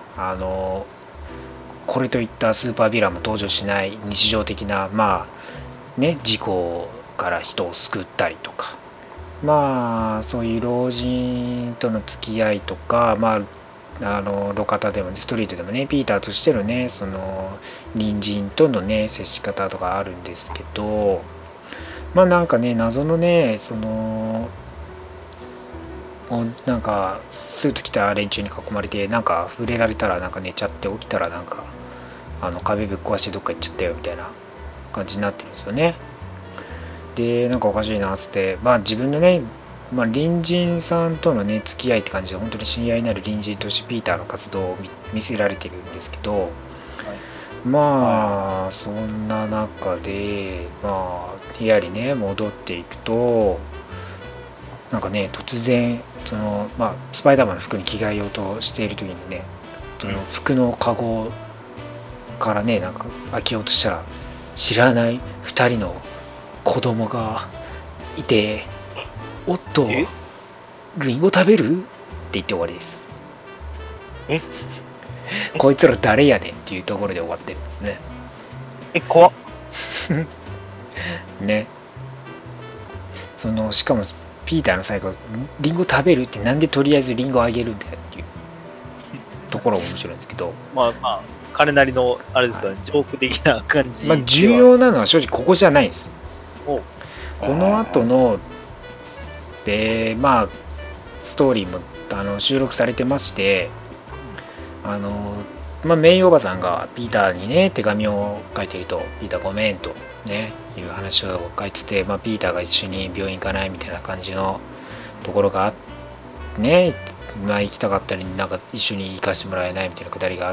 これといったスーパーヴィランも登場しない日常的な、まあね、事故から人を救ったりとか、まあそういう老人との付き合いとか、まあ路肩でも、ね、ストリートでもねピーターとしてのねその隣人とのね接し方とかあるんですけど、まあなんかね謎のねそのなんかスーツ着た連中に囲まれてなんか触れられたらなんか寝ちゃって起きたらなんか壁ぶっ壊してどっか行っちゃったよみたいな感じになってるんですよね。でなんかおかしいなっつって、まあ自分のね、まあ、隣人さんとのね付き合いって感じで本当に親愛なる隣人としてピーターの活動を見せられてるんですけど、まあそんな中でまあ部屋にね戻っていくとなんかね突然その、まあ、スパイダーマンの服に着替えようとしている時にねその服のカゴからねなんか開けようとしたら知らない2人の子供がいて、おっとリンゴ食べるって言って終わりです。 こいつら誰やねんっていうところで終わってるんですね。 怖っ。 ね。しかもピーターの最後、リンゴ食べるってなんでとりあえずリンゴあげるんだよっていうところが面白いんですけど。 まあ、彼なりの、あれですかね、ジョーク的な感じ。 重要なのは正直ここじゃないんです。この後の、ストーリーも収録されてまして、メイおばさんがピーターにね、手紙を書いていると、ピーターごめんとね、いう話を書いてて、ピーターが一緒に病院行かないみたいな感じのところがあってね、行きたかったり、なんか一緒に行かせてもらえないみたいなくだりがあって、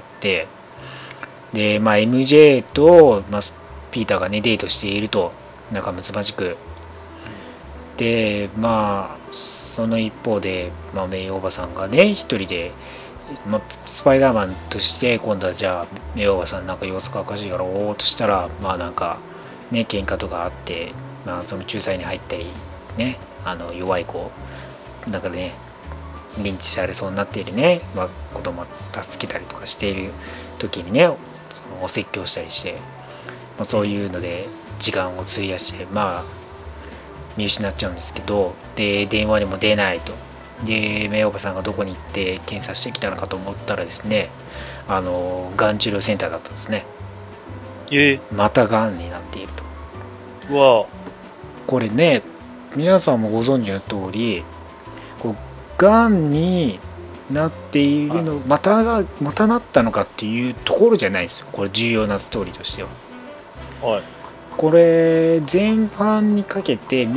で、MJ と、ピーターがね、デートしていると、仲睦まじく。で、その一方で、メイおばさんがね、一人で、スパイダーマンとして今度はじゃあメイおばさんなんか様子がおかしいからおーとしたらなんかね喧嘩とかあって、その仲裁に入ったりね弱い子なんかねリンチされそうになっているね、子供を助けたりとかしている時にねそのお説教したりして、そういうので時間を費やして見失っちゃうんですけど、で電話にも出ないと。で、メイおばさんがどこに行って検査してきたのかと思ったらですね、がん治療センターだったんですね。またがんになっていると。 わこれね、皆さんもご存知の通り、がんになっているの、またなったのかっていうところじゃないですよ。これ重要なストーリーとしては。 はい。 これ前半にかけて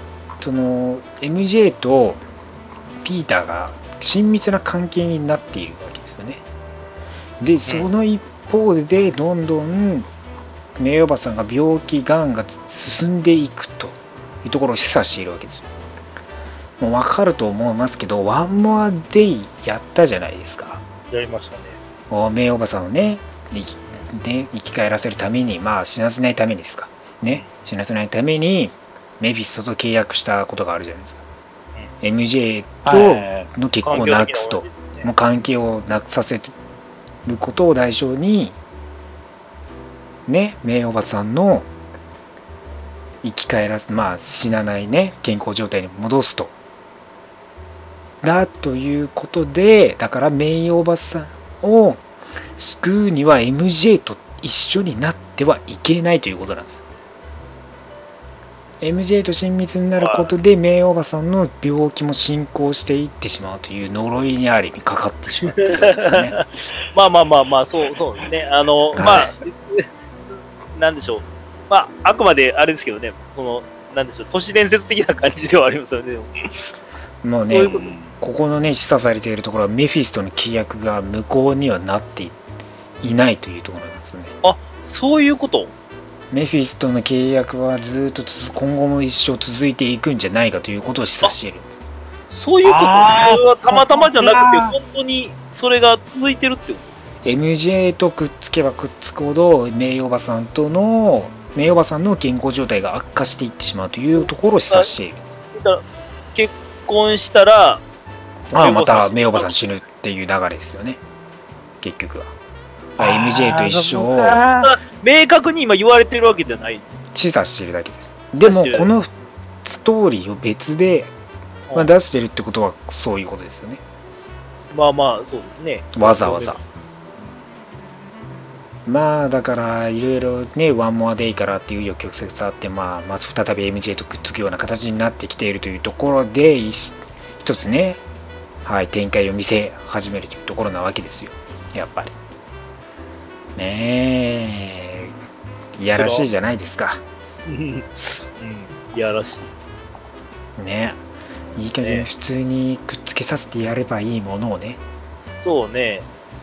MJ とピーターが親密な関係になっているわけですよね。で、その一方でどんどんメイおばさんが病気がんが進んでいくというところを示唆しているわけですよ。もう分かると思いますけど、ワンモアデイやったじゃないですか。 やりましたね。 メイおばさんをね生き返らせるために、死なせないためにですかね、死なせないためにメフィストと契約したことがあるじゃないですか。MJ との結婚をなくすと、もう関係をなくさせることを代償にね、メイおばさんの生き返らす、死なないね健康状態に戻すとだということで、だからメイおばさんを救うには MJ と一緒になってはいけないということなんです。MJ と親密になることでメイおばさんの病気も進行していってしまうという呪いにある意味かかってしまっているんですね。 そうね。なんでしょう。あくまであれですけどね、なんでしょう、都市伝説的な感じではありますよね。 もうね、ここのね、示唆されているところはメフィストの契約が無効にはなっていないというところなんですね。 そういうこと？ メフィストの契約はずっと今後も一生続いていくんじゃないかということを示唆している。 そういうこと？それはたまたまじゃなくて本当にそれが続いてるってこと？ MJ とくっつけばくっつくほどメイおばさんの健康状態が悪化していってしまうというところを示唆している。 結婚したらまたメイおばさん死ぬっていう流れですよね、結局は。MJ と一緒を明確に今言われてるわけじゃない示唆しているだけです。でもこのストーリーを別で、出してるってことはそういうことですよね。 そうですね。 わざわざだからいろいろね、ワンモアデイからっていう余曲折あって、まず再び MJ とくっつくような形になってきているというところで一つね、展開を見せ始めるというところなわけですよ、やっぱりね。いやらしいじゃないですか。 いやらしいね。いい加減普通にくっつけさせてやればいいものをね。 そうね。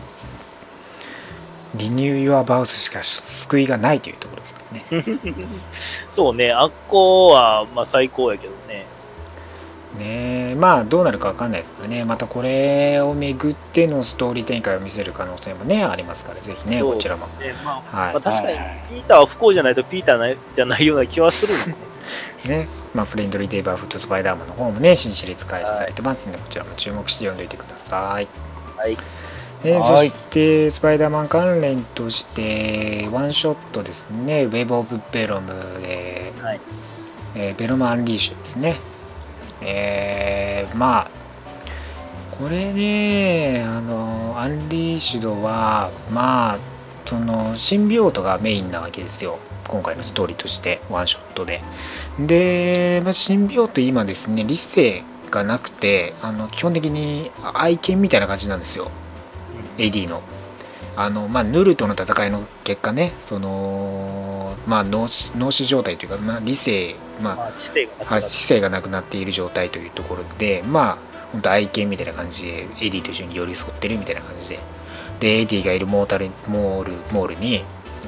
リニュー・ユア・バウスしか救いがないというところですからね。 そうね、あっこは最高やけどね。 どうなるか分かんないですけどね、またこれをめぐってのストーリー展開を見せる可能性もね、ありますから、ぜひね、こちらも。 確かに、ピーターは不幸じゃないとピーターじゃないような気はするんでね。フレンドリー・デイバーフット・スパイダーマンの方もね、新シリーズ開始されてますので、こちらも注目して読んでおいてください。 はい。 そしてスパイダーマン関連としてワンショットですね、ウェブ・オブ・ベロムで、ベロム・アンリーシュですね。まあこれね、アンリーシュドはまあそのシンビオートがメインなわけですよ、今回のストーリーとしてワンショットで。で、シンビオート今ですね、理性がなくて基本的に愛犬みたいな感じなんですよ、AD の。ヌルとの戦いの結果ね、その脳死状態というか、理性、知性がなくなっている状態というところで、本当愛犬みたいな感じでエディと一緒に寄り添ってるみたいな感じで、エディがいるモールに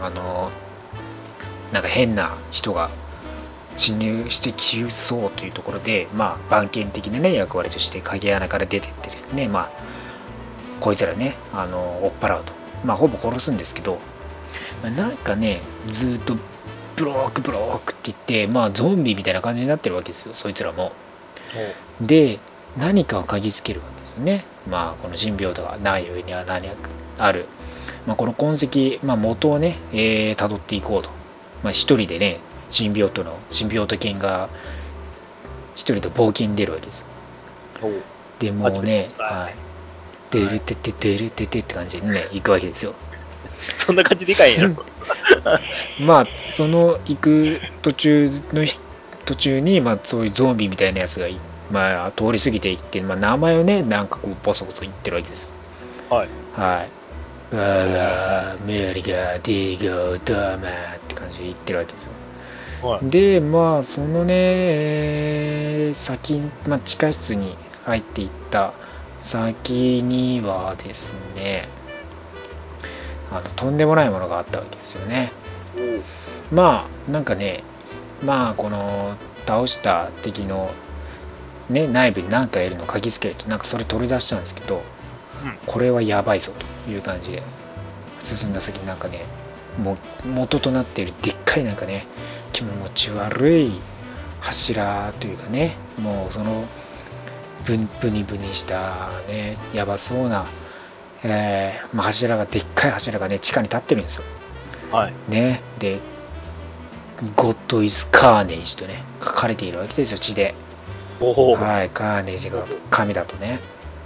なんか変な人が侵入してきそうというところで、番犬的なね役割として影穴から出てってですね、こいつらね追っ払うと、ほぼ殺すんですけど、なんかねずっとブロークって言って、ゾンビみたいな感じになってるわけですよ、そいつらも。で何かを嗅ぎつけるわけですよね。このシンビオートがない上には何かある、この痕跡、元をね辿っていこうと、一人でねシンビオート犬が一人で冒険に出るわけですよ。でもうね、デルテテデルテテって感じでね行くわけですよ。 そんな感じでかいんやろ。 その行く途中に、そういうゾンビみたいなやつが通り過ぎていって、名前をねなんかこうボソボソ言ってるわけですよ。バーガーメリガディーゴーダーマーって感じで言ってるわけですよ。でそのね、先、地下室に入っていった先にはですね、とんでもないものがあったわけですよね。なんかね、この倒した敵のね内部に何かいるのを嗅ぎつけると、なんかそれ取り出したんですけど、これはやばいぞという感じで進んだ先になんかね、もう元となっているでっかいなんかね気持ち悪い柱というかね、もうそのブニブニしたねやばそうな、柱がでっかい柱がね地下に立ってるんですよ。ね、でゴッドイズカーネージとね書かれているわけですよ、血で。カーネージが神だとね。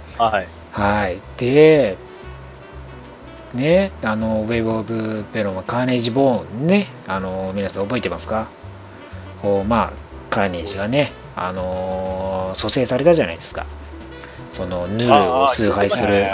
でね、ウェブ・オブ・ベロムカーネージ・ボーンね、皆さん覚えてますか？カーネージがね、蘇生されたじゃないですか。そのヌルを崇拝する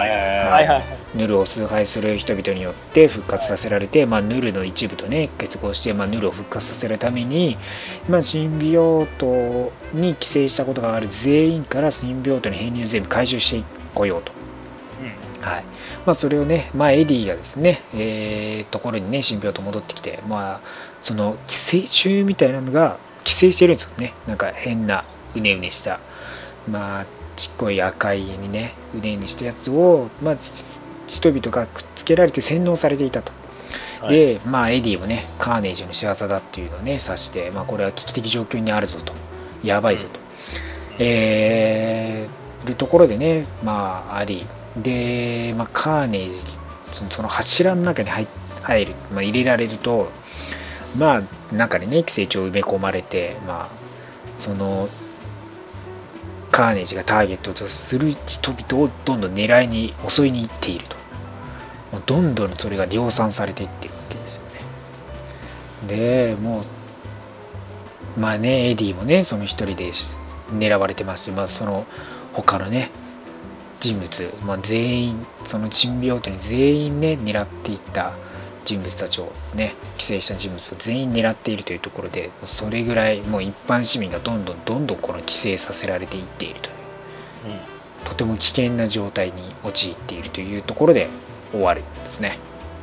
人々によって復活させられて、ヌルの一部とね結合して、ヌルを復活させるために、シンビオートに寄生したことがある全員からシンビオートに編入全部回収してこようと。それをね、エディがですね、ところにねシンビオート戻ってきて、その寄生虫みたいなのが寄生してるんですよね。なんか変なうねうねしたちっこい赤いにねうねうねしたやつを、人々がくっつけられて洗脳されていたと。で、エディもねカーネージの仕業だっていうのをね指して、これは危機的状況にあるぞと、やばいぞと、いうところでねありで、カーネージその柱の中に入る、入れられると、中にね寄生虫を埋め込まれて、そのカーネージがターゲットとする人々をどんどん狙いに襲いに行っていると、どんどんそれが量産されていってるわけですよね。でもうエディもねその一人で狙われてますし、その他のね人物、全員そのシンビオートに全員ね狙っていった人物たちをね寄生した人物を全員狙っているというところで、それぐらいもう一般市民がどんどんこの寄生させられていっているという、とても危険な状態に陥っているというところで終わるんですね。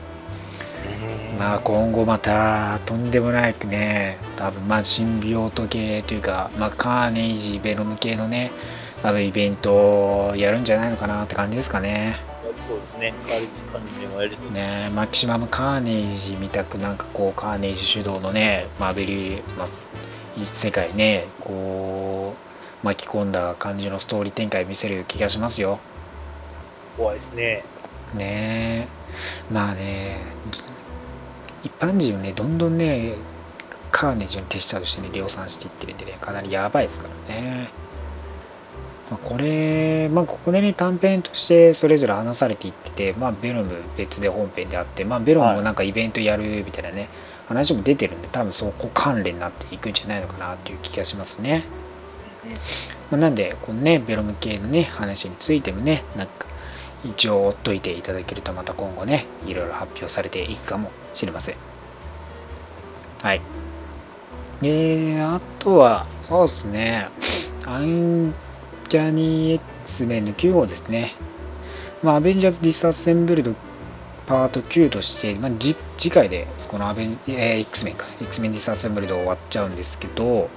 今後またとんでもないね、多分シンビオート系というか、カーネージベノム系のねイベントをやるんじゃないのかなって感じですかね。 そうですね。関連はやりそうですね。マキシマムカーネージみたくなんかこうカーネージ主導のねマーベル、世界ねこう巻き込んだ感じのストーリー展開見せる気がしますよ。 怖いですね。 ねえ、まあね、一般人をね、どんどんね、カーネージの手下としてね、量産していってるんでね、かなりやばいですからね。これ、ここでね、短編としてそれぞれ話されていってて、ベノム別で本編であって、ベノムもなんかイベントやるみたいなね、話も出てるんで、多分そこ関連になっていくんじゃないのかなっていう気がしますね。なんで、このね、ベノム系のね、話についてもね、なんか、一応追っといていただけると、また今後ね、いろいろ発表されていくかもしれません。はい。あとは、そうですね、アンキャニー X メンの9号ですね。アベンジャーズ・ディス・アッセンブルドパート9として、次回でこのX メンか、X メンディス・アッセンブルド終わっちゃうんですけど、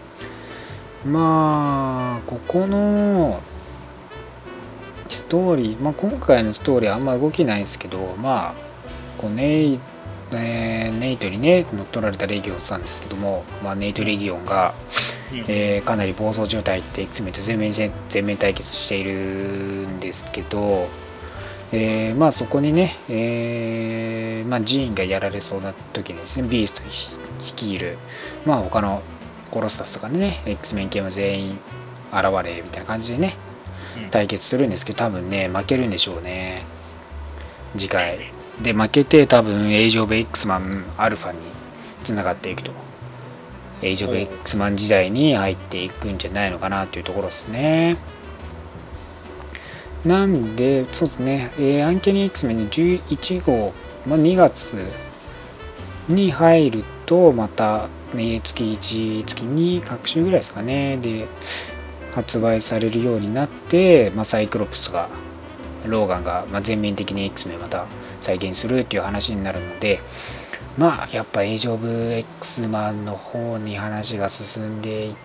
ここのストーリー、今回のストーリーはあんま動きないんですけど、こうネイトにね乗っ取られたレギオンさんですけども、ネイトレギオンが、かなり暴走状態って X メンと全面対決しているんですけど、そこにね、ジーンがやられそうな時にですね、ビースト率いる、他のコロスタスとかね、X メン系も全員現れみたいな感じでね、対決するんですけど、多分ね、負けるんでしょうね、次回。で、負けて多分、エイジ・オブ・X マン・アルファに繋がっていくと。エイジ・オブ・X マン時代に入っていくんじゃないのかなというところですね。なんで、そうですね、アンキャニー X メンの11号、2月に入ると、また、月1、月2、各週ぐらいですかね、で、発売されるようになって、サイクロプスが、ローガンが、全面的に X メンまた再現するっていう話になるので、やっぱエイジ・オブ・X マンの方に話が進んでいって、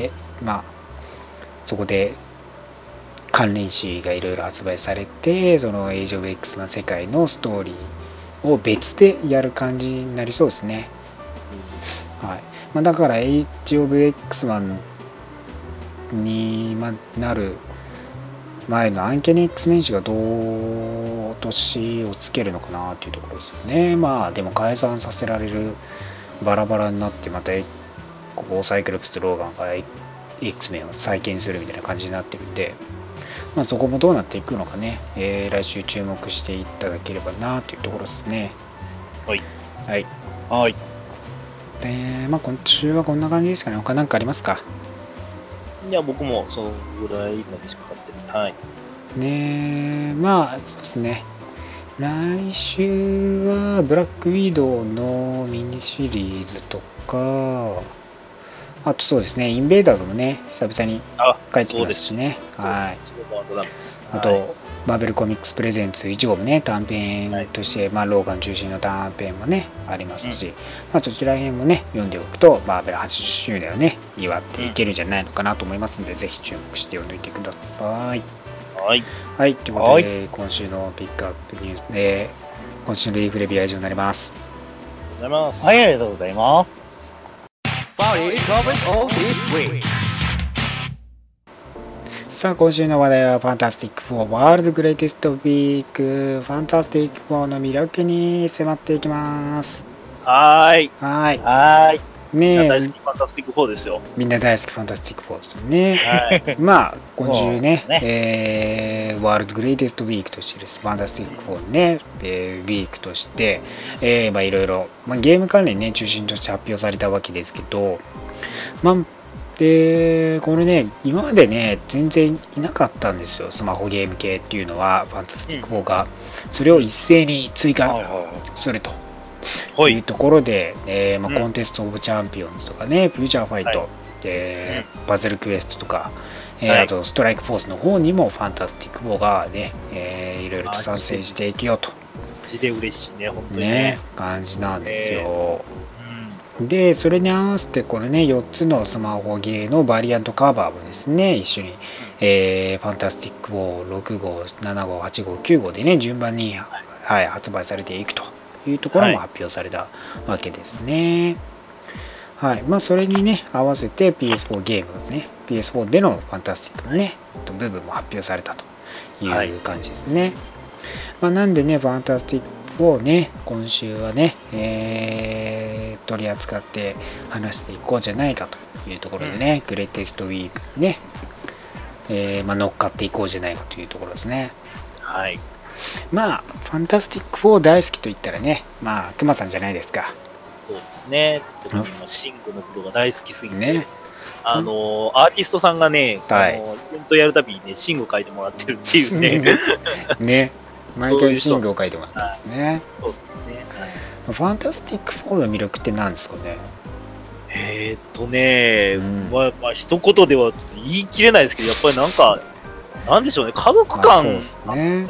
そこで関連誌がいろいろ発売されて、そのエイジ・オブ・X マン世界のストーリーを別でやる感じになりそうですね。はい。だからエイジ・オブ・X マンになる前のアンキャニー X メン誌がどう落としをつけるのかなというところですよね。でも解散させられる、バラバラになってまたここサイクロプスとローガンが X メンを再建するみたいな感じになってるんで、そこもどうなっていくのかね、来週注目していただければなというところですね。 はいはいはい。 で、今週はこんな感じですかね。他何かありますか？ いや、僕もそのぐらいまでしか買ってない。はい。 ね、そうですね。来週はブラックウィドウのミニシリーズとか、あとそうですね、インベーダーズもね、久々に帰ってきますしね。はい。あと、マーベルコミックスプレゼンツ1号もね、短編として、ローガン中心の短編もね、ありますし、そちら辺もね、読んでおくと、マーベル80周年をね、祝っていけるんじゃないのかなと思いますので、ぜひ注目して読んでおいてください。 はい。 はい、ということで、今週のピックアップニュースで、今週のリーフレビューは以上になります。 はい、ありがとうございます。 さあ、今週の話題はファンタスティック4ワールドグレイテストウィーク、ファンタスティック4の魅力に迫っていきます。 はい。 ねえ、 みんな大好きファンタスティック4ですよ。 みんな大好きファンタスティック4ですよね。今週ね、ワールドグレイテストウィークとしてです、ファンタスティック4ね、ウィークとして、いろいろ、ゲーム関連ね、中心として発表されたわけですけど、で、これね、今までね、全然いなかったんですよ、スマホゲーム系っていうのは、ファンタスティック4が。それを一斉に追加すると。いうところで、コンテストオブチャンピオンズとかね、フューチャーファイト、パズルクエストとか、あとストライクフォースの方にもファンタスティック4がね、いろいろと参戦していくよと。 マジで嬉しいね、本当にね。 感じなんですよ。で、それに合わせてこれね、4つのスマホゲーのバリアントカバーもですね、一緒に、ファンタスティック4、6号、7号、8号、9号でね、順番に、発売されていくというところも発表されたわけですね。それにね、合わせて PS4 ゲームですね、PS4 でのファンタスティックのね、部分も発表されたという感じですね。 なんでね、ファンタスティック4ね、今週はね、取り扱って話していこうじゃないかというところでね、グレイテストウィークにね、乗っかっていこうじゃないかというところですね。 はい。 ファンタスティック4大好きと言ったらね、熊さんじゃないですか。 そうですね。特にシングのことが大好きすぎて、ね、アーティストさんがね、 はい、 イベントやるたびにね、シング書いてもらってるっていうね。 ね、毎回シングを書いてもらってますね。 そうですね。 ファンタスティック4の魅力って何ですかね。 一言では言い切れないですけど、やっぱりなんでしょうね、家族感とかね、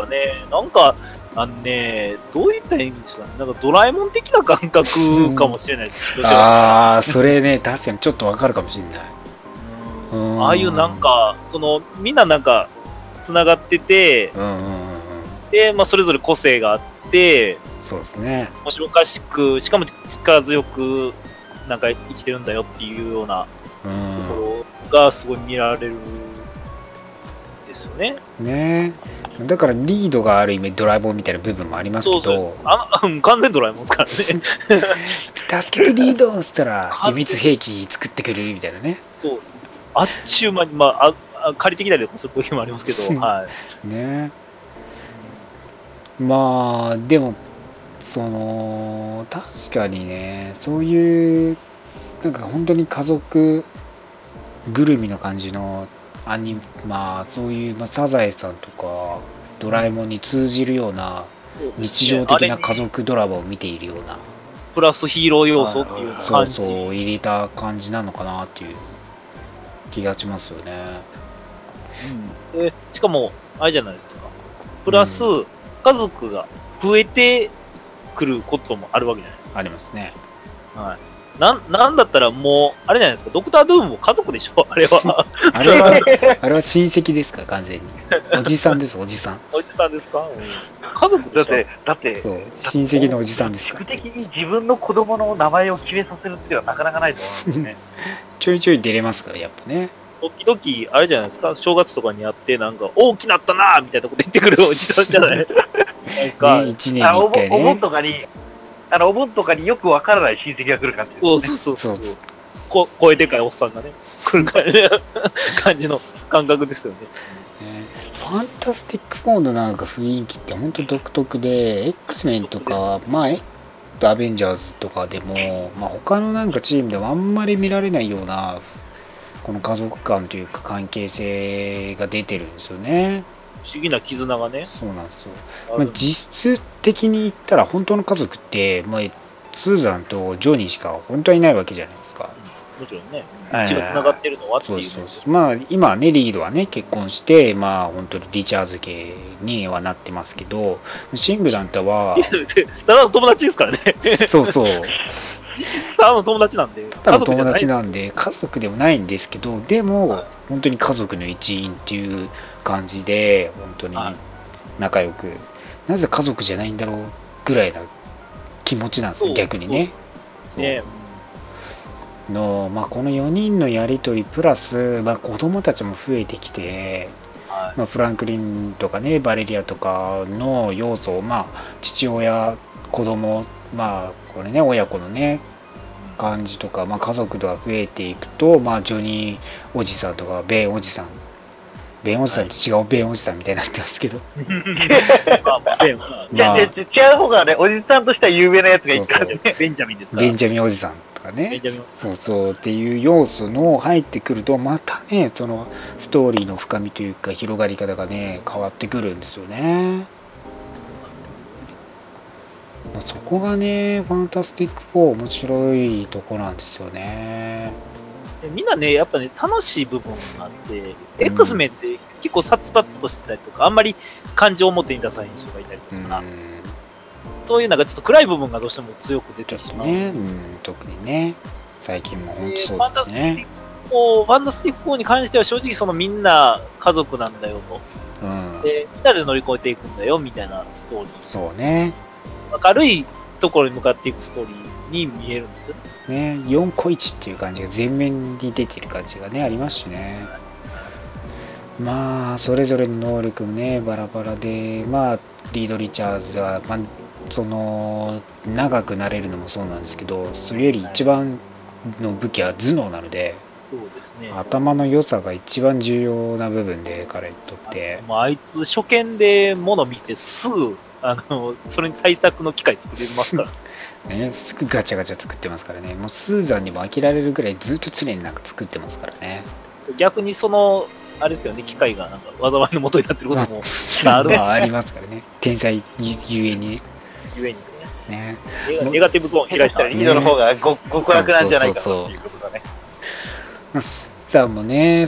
どういったらいいんでしょうね、ドラえもん的な感覚かもしれないです。 それね、確かにちょっとわかるかもしれない。 ああいうみんな繋がってて、で、それぞれ個性があって、 そうですね。 面白おかしく、しかも力強く、生きてるんだよっていうようなところがすごい見られるんですよね。 ねえ。だからリードがある意味ドラえもんみたいな部分もありますけど。 完全ドラえもんですからね。 助けてリードっつったら秘密兵器作ってくるみたいなね。 そう。あっちゅう間に、借りてきたりとかする時もありますけど、はい。 ねでも、確かにね、そういう、本当に家族ぐるみの感じのそういう、サザエさんとか、ドラえもんに通じるような、日常的な家族ドラマを見ているような。 プラスヒーロー要素っていう感じ。 そう入れた感じなのかなっていう気がしますよね。 でしかも、あれじゃないですか。プラス、家族が増えてくることもあるわけじゃないですか。 ありますね。 はい。なんだったらもう、あれじゃないですか、ドクター・ドゥームも家族でしょ、あれは。 あれは親戚ですか、完全に。おじさんです、おじさん。 おじさんですか、家族でしょ。 だってそう、親戚のおじさんですか。 具的に自分の子供の名前を決めさせるっていうのはなかなかないと思うんですね。 ちょいちょい出れますから、やっぱね。 時々、あれじゃないですか、正月とかにあって、大きなったなーみたいなこと言ってくるおじさんじゃないですか。 1年に1回ね。 お盆とかによくわからない親戚が来る感じですね。 そう。声でかいおっさんがね、来る感じの感覚ですよね。 ファンタスティック4の雰囲気って本当独特で、X メンとか、アベンジャーズとかでも、他のチームでもあんまり見られないような、この家族感というか関係性が出てるんですよね。 不思議な絆がね。 そうなんですよ。実質的に言ったら本当の家族って、スーザンとジョニーしか本当はいないわけじゃないですか。 もちろんね、血が繋がってるのはっていう。 今はね、リードはね、結婚して、本当にリチャーズ家にはなってますけど、シングランタは、 ただの友達ですからね。 そう。 ただの友達なんで。 ただの友達なんで、家族でもないんですけど、でも、本当に家族の一員っていう感じで、本当に仲良く、なぜ家族じゃないんだろうぐらいな気持ちなんですよ、逆にね。この4人のやり取りプラス、子供たちも増えてきて、フランクリンとかね、バレリアとかの要素を、父親、子供、これね、親子のね、感じとか、家族が増えていくと、ジョニーおじさんとか、ベンおじさんって違うベンおじさんみたいになってますけど。 違う方がね、おじさんとしては有名なやつがいたんでね。 ベンジャミンですから。 ベンジャミンおじさんとかね。そうっていう要素の入ってくると、またね、そのストーリーの深みというか、広がり方がね、変わってくるんですよね。そこがね、ファンタスティック4面白いとこなんですよね。 みんなね、やっぱね、楽しい部分があって、X メンって結構殺伐としてたりとか、あんまり感情を表に出さない人がいたりとか、そういうちょっと暗い部分がどうしても強く出てしまう。 特にね、最近も本当そうですね。 ファンタスティック4に関しては正直みんな家族なんだよと。で、みんなで乗り越えていくんだよみたいなストーリー。 そうね。 明るいところに向かっていくストーリーに見えるんですよね。 4個1っていう感じが前面に出てる感じがね、ありますしね。 まあそれぞれの能力もねバラバラで、まあリード・リチャーズは、まあ、その長くなれるのもそうなんですけど、それより一番の武器は頭脳なので、 そうですね。 頭の良さが一番重要な部分で彼にとって。 あいつ初見で物見てすぐそれに対策の機械作れますからね、すぐガチャガチャ作ってますからね。もうスーザンにも飽きられるぐらいずっと常になんか作ってますからね。 逆にあれですよね、機械がなんか災いの元になってることもありますからね。天才ゆえに。 ゆえにね。 ネガティブゾーン開いたらリードの方が極楽なんじゃないかということだね。 スーザンもね、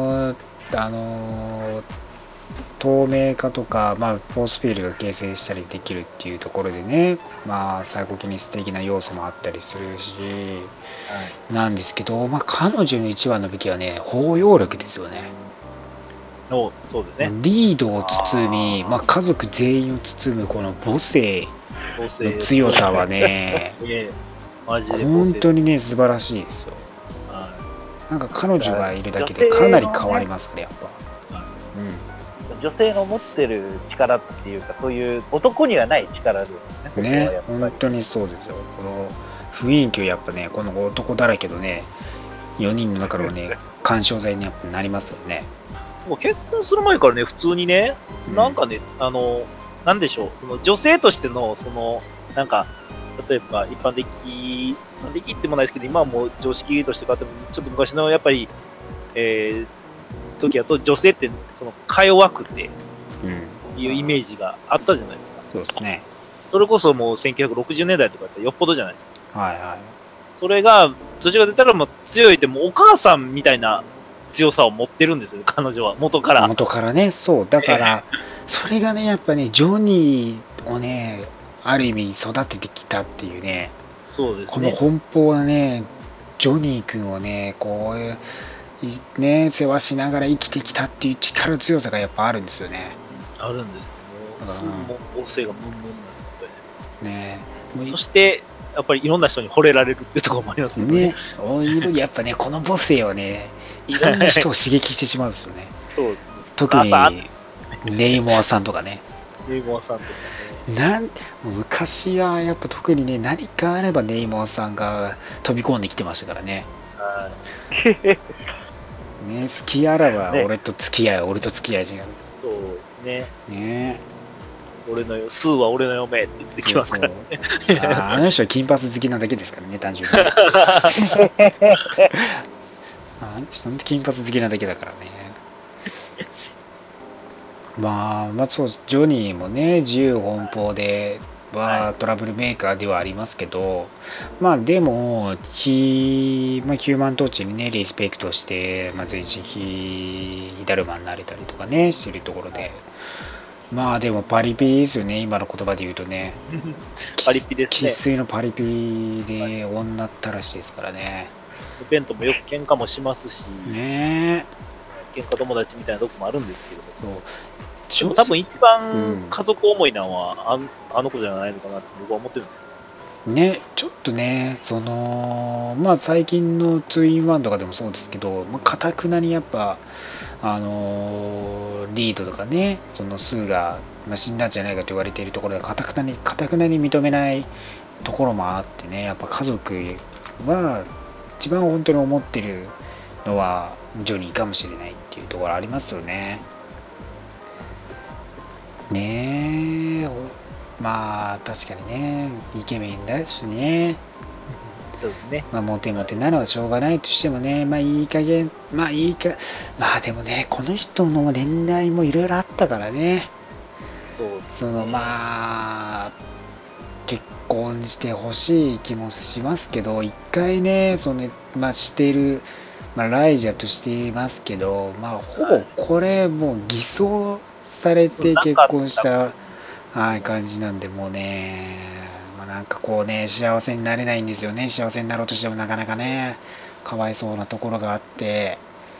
透明化とか、まあ、フォースフィールドが形成したりできるっていうところでね、まあ、サイコキネス的な要素もあったりするし、なんですけど、まあ、彼女の一番の武器はね、包容力ですよね。 そうですね。 リードを包み、まあ、家族全員を包むこの母性の強さはね、本当にね、素晴らしいですよ。なんか彼女がいるだけでかなり変わりますね、やっぱ。 女性の持ってる力っていうか、そういう男にはない力ですね。 ね、本当にそうですよ。この雰囲気をやっぱね、この男だらけのね、4人の中のね、干渉剤にやっぱなりますよね。 もう結婚する前からね、普通にね、なんかね、なんでしょう、女性としての、なんか、例えば一般的ってもないですけど、今はもう常識として変わっても、ちょっと昔のやっぱり、時だと女性ってか弱くていうイメージがあったじゃないですか。 そうですね。 それこそもう1960年代とかってよっぽどじゃないですか。 はいはい。 それが年が出たらもう強いってもうお母さんみたいな強さを持ってるんですよ、彼女は元から。 元からね、そうだからそれがねやっぱねジョニーをねある意味育ててきたっていうね。 そうですね。 この奔放なねジョニー君をねこうね、世話しながら生きてきたっていう力強さがやっぱあるんですよね。 あるんですよ。もう母性がムンムンなんですね。 そしてやっぱりいろんな人に惚れられるっていうところもありますね。 やっぱねこの母性はねいろんな人を刺激してしまうんですよね。 そうですね。 特にネイモアさんとかね。 ネイモアさんとかね。 昔はやっぱ特にね何かあればネイモアさんが飛び込んできてましたからね。ね、好きあらば俺と付き合い、俺と付き合い違う。 そうですね。 ねスーは俺の嫁って言ってきますからね。 あの人は金髪好きなだけですからね、単純に。あの人本当金髪好きなだけだからね。まあそう、ジョニーもね、自由奔放で、トラブルメーカーではありますけど、まあでも、ヒューマントーチにね、リスペクトして、全身ヒダルマになれたりとかね、してるところで、まあでもパリピですよね、今の言葉で言うとね。 パリピですね。 生粋のパリピで女ったらしいですからね。 ベントもよく喧嘩もしますし、 ね喧嘩友達みたいなとこもあるんですけど、 そうでも多分一番家族思いなのは、あの子じゃないのかなって僕は思ってるんですよ。 ね、ちょっとね、最近の2-in-1とかでもそうですけど、かたくなにやっぱ、リードとかね、そのスーが、死んだんじゃないかと言われているところで、かたくなに認めないところもあってね、やっぱ家族は、一番本当に思ってるのは、ジョニーかもしれないっていうところありますよね。ねえ、確かにね、イケメンだしね。 そうですね。 モテモテなのはしょうがないとしてもね、いい加減、でもね、この人の恋愛もいろいろあったからね。 そうですね。 結婚してほしい気もしますけど、一回ね、している、ライジャとしていますけど、ほぼこれもう偽装されて結婚した感じなんで、もうね、なんかこうね、幸せになれないんですよね。幸せになろうとしてもなかなかね、かわいそうなところがあって、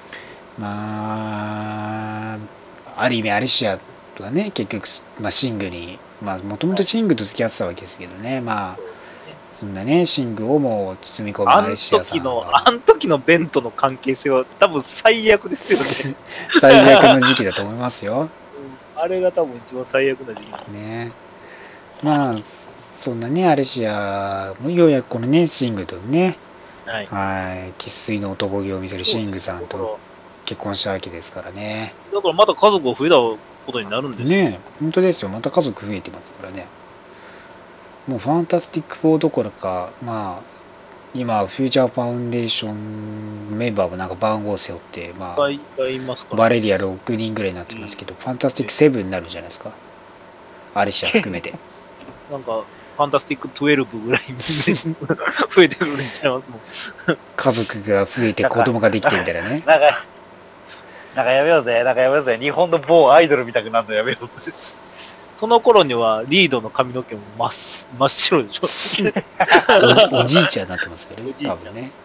ある意味アリシアとかね、結局、シングに、もともとシングと付き合ってたわけですけどね、 そんなね、シングをもう包み込むアレシアさんが。 あの時のベンとの関係性は多分最悪ですよね。 最悪の時期だと思いますよ。 あれが多分一番最悪な時期。 ね。まあ、そんなね、アレシアもようやくこのね、シングとね、はい、生粋の男気を見せるシングさんと結婚したわけですからね。 だからまた家族が増えたことになるんですよね。本当ですよ。また家族増えてますからね。もうファンタスティック4どころか、まあ、今、フューチャーファウンデーションメンバーもなんか番号を背負って、まあ、バレリア6人ぐらいになってますけど、ファンタスティック7になるんじゃないですか。アレシア含めて。 なんか、ファンタスティック12ぐらいに増えてくるんちゃいますもん。 家族が増えて子供ができてみたいなね。 なんかやめようぜ。日本の某アイドル見たくなるのやめようぜ。 その頃にはリードの髪の毛も真っ白でしょ。 おじいちゃんになってますよね、多分ね。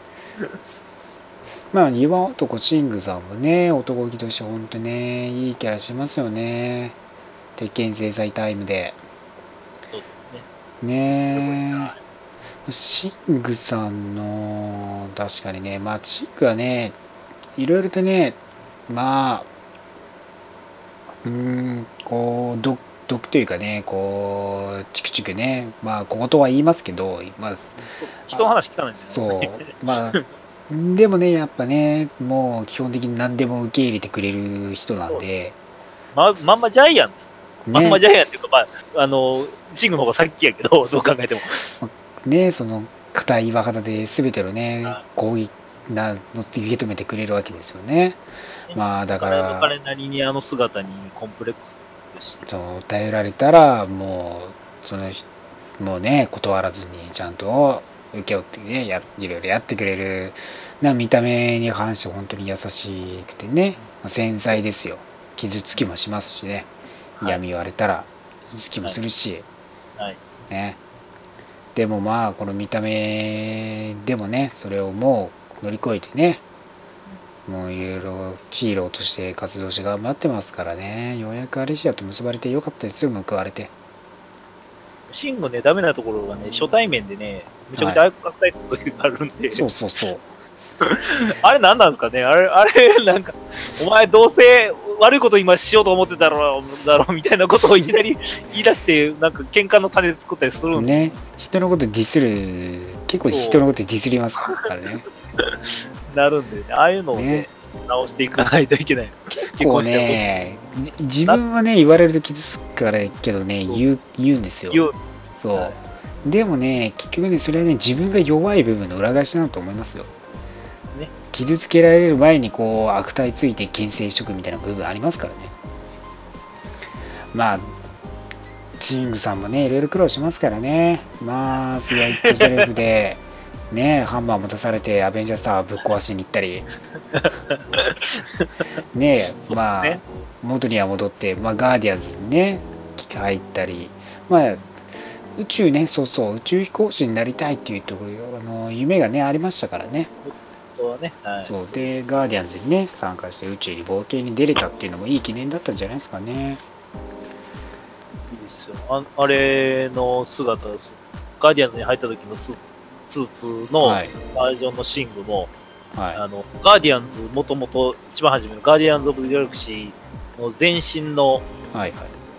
まあ、岩男シングさんもね、男気として本当ね、いいキャラしてますよね。鉄拳制裁タイムで。 そうですね。ねえ。シングさんの、確かにね、まあ、シングはね、いろいろとね、まあ、こう、毒というかね、こう、チクチクね、まあ、小言は言いますけど、まあ、 人の話聞かないんですよね。そう、まあ、でもね、やっぱね、もう基本的に何でも受け入れてくれる人なんで、 まんまジャイアンツ。まんまジャイアンっていうか、まあ、シングの方が先やけど、どう考えても。 ね、その、硬い岩肌で全てのね、攻撃受け止めてくれるわけですよね。まあ、だから、 彼なりにあの姿にコンプレックスし、 そう、頼られたら、もうね、断らずにちゃんと請け負ってね、いろいろやってくれる、見た目に関して本当に優しくてね、繊細ですよ。傷つきもしますしね。嫌味言われたら、傷つきもするし、ね。でもまあ、この見た目でもね、それをもう乗り越えてね、もういろいろヒーローとして活動して頑張ってますからね。ようやくアレシアと結ばれてよかったですよ、報われて。 シングね、ダメなところがね、初対面でね、めちゃくちゃ悪態つくことがあるんで。 そうそうそう。 あれ何なんですかね、あれ、なんか、お前どうせ悪いこと今しようと思ってただろうみたいなことをいきなり言い出して、なんか喧嘩の種作ったりするんで。 ね、人のことディスる、結構人のことディスりますからね。 なるんで、ね、ああいうのをね、直していかないといけない。 結構ね、自分はね、言われると傷つくからけどね、言うんですよ。そう。でもね、結局ね、それはね、自分が弱い部分の裏返しなのと思いますよ。ね、傷つけられる前にこう悪態ついて牽制しとくみたいな部分ありますからね。まあ、シングさんもね、いろいろ苦労しますからね。まあ、フィアイットセルフで、ね、ハンマー持たされてアベンジャースターぶっ壊しに行ったり、ね、まあ、元には戻って、まあ、ガーディアンズにね、入ったり、まあ、宇宙ね、そうそう、宇宙飛行士になりたいっていうところ、夢がね、ありましたからね。そうで、ガーディアンズにね、参加して宇宙に冒険に出れたっていうのもいい記念だったんじゃないですかね。 いいですよ。あれの姿です。ガーディアンズに入った時のスーツのバージョンのシングも、ガーディアンズ、もともと一番初めのガーディアンズ・オブ・ギャラクシーの前身の、コミ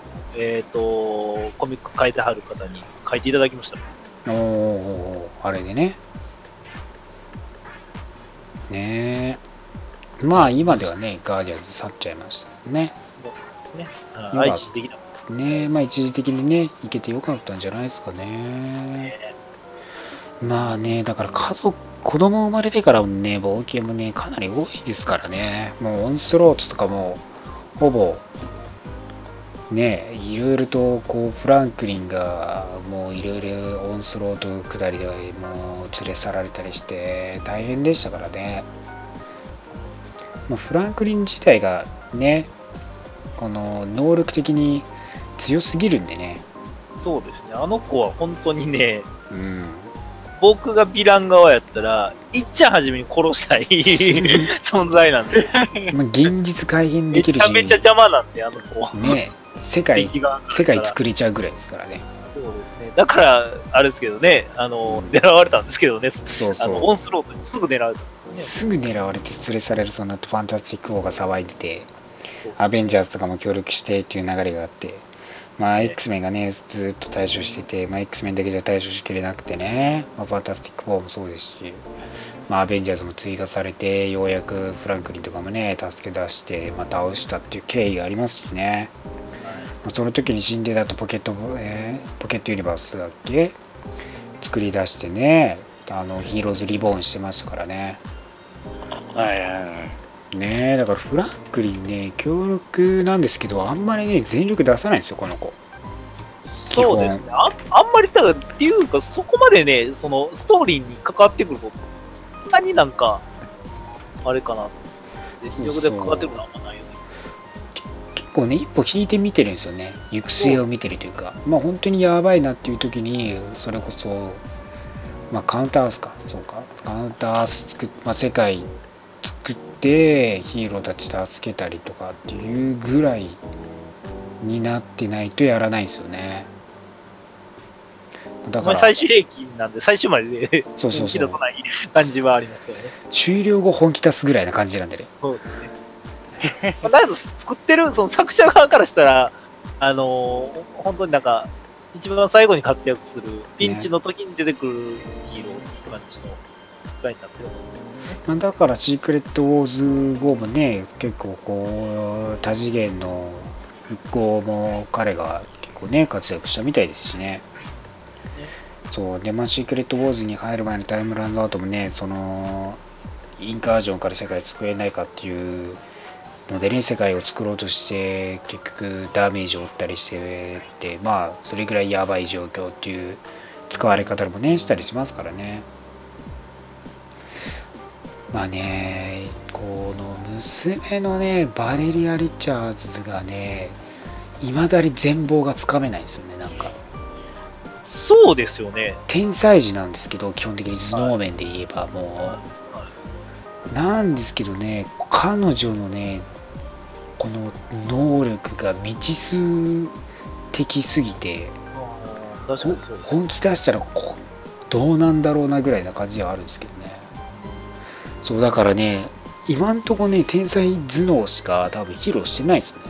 ック書いてはる方に書いていただきました。 あれでね。ねえ。まあ今ではね、ガーディアンズ去っちゃいましたね。 一時的な。 ね、まあ一時的にね、行けてよかったんじゃないですかね。まあね、だから子供生まれてからもね、冒険もね、かなり多いですからね。もうオンスロートとかも、ほぼ、ね、いろいろとこうフランクリンがもういろいろオンスロート下りでもう連れ去られたりして大変でしたからね。フランクリン自体がね、この能力的に強すぎるんでね。 そうですね、あの子は本当にね、僕がヴィラン側やったら、いっちゃん初めに殺したい存在なんで。 現実改変できるし、 めちゃめちゃ邪魔なんで、あの子。 ね、世界作れちゃうぐらいですからね。 そうですだから、あれですけどね、狙われたんですけどね、オンスロートにすぐ狙われたんですね。 すぐ狙われて連れ去れるそうになって、ファンタスティック4が騒いでて、アベンジャーズとかも協力してっていう流れがあって、X メンがね、ずっと対処してて、X メンだけじゃ対処しきれなくてね、ファンタスティック4もそうですし、アベンジャーズも追加されて、ようやくフランクリンとかもね、助け出して、倒したっていう経緯がありますしね。その時に死んでたとポケットユニバースだっけ作り出してね、ヒーローズリボーンしてましたからね。ね、だからフランクリンね、強力なんですけど、あんまりね、全力出さないんですよ、この子。 そうですね。あんまりだからっていうか、そこまでね、そのストーリーに関わってくること、そんなになんか、あれかな。全力で関わってくるのはあんまないよね。 結構ね、一歩引いて見てるんですよね。行く末を見てるというか、本当にやばいなっていう時に、それこそ、カウンターアースか、そうか、カウンターアース世界作ってヒーローたち助けたりとかっていうぐらいになってないとやらないんですよね。 だから最終兵器なんで最終までで本気出さない感じはありますよね。 終了後本気出すぐらいな感じなんでね。 そうですね。だけど作ってるその作者側からしたら本当になんか一番最後に活躍するピンチの時に出てくるヒーローって感じの使いになってると思うんですね。 だからシークレットウォーズ5もね、結構こう多次元の復興も彼が結構ね活躍したみたいですしね。そうで、シークレットウォーズに入る前のタイムランズアウトもね、そのインカージョンから世界作れないかっていうのでね、世界を作ろうとして結局ダメージを負ったりしてて、それぐらいやばい状況っていう使われ方もねしたりしますからね。この娘のねバレリア・リチャーズがね、未だに全貌がつかめないんですよね。なんかそうですよね。 天才児なんですけど、基本的に頭脳面で言えばもう、なんですけどね、彼女のねこの能力が未知数的すぎて、本気出したらどうなんだろうなぐらいな感じはあるんですけどね。そうだからね、今んとこね、天才頭脳しか多分披露してないですよね。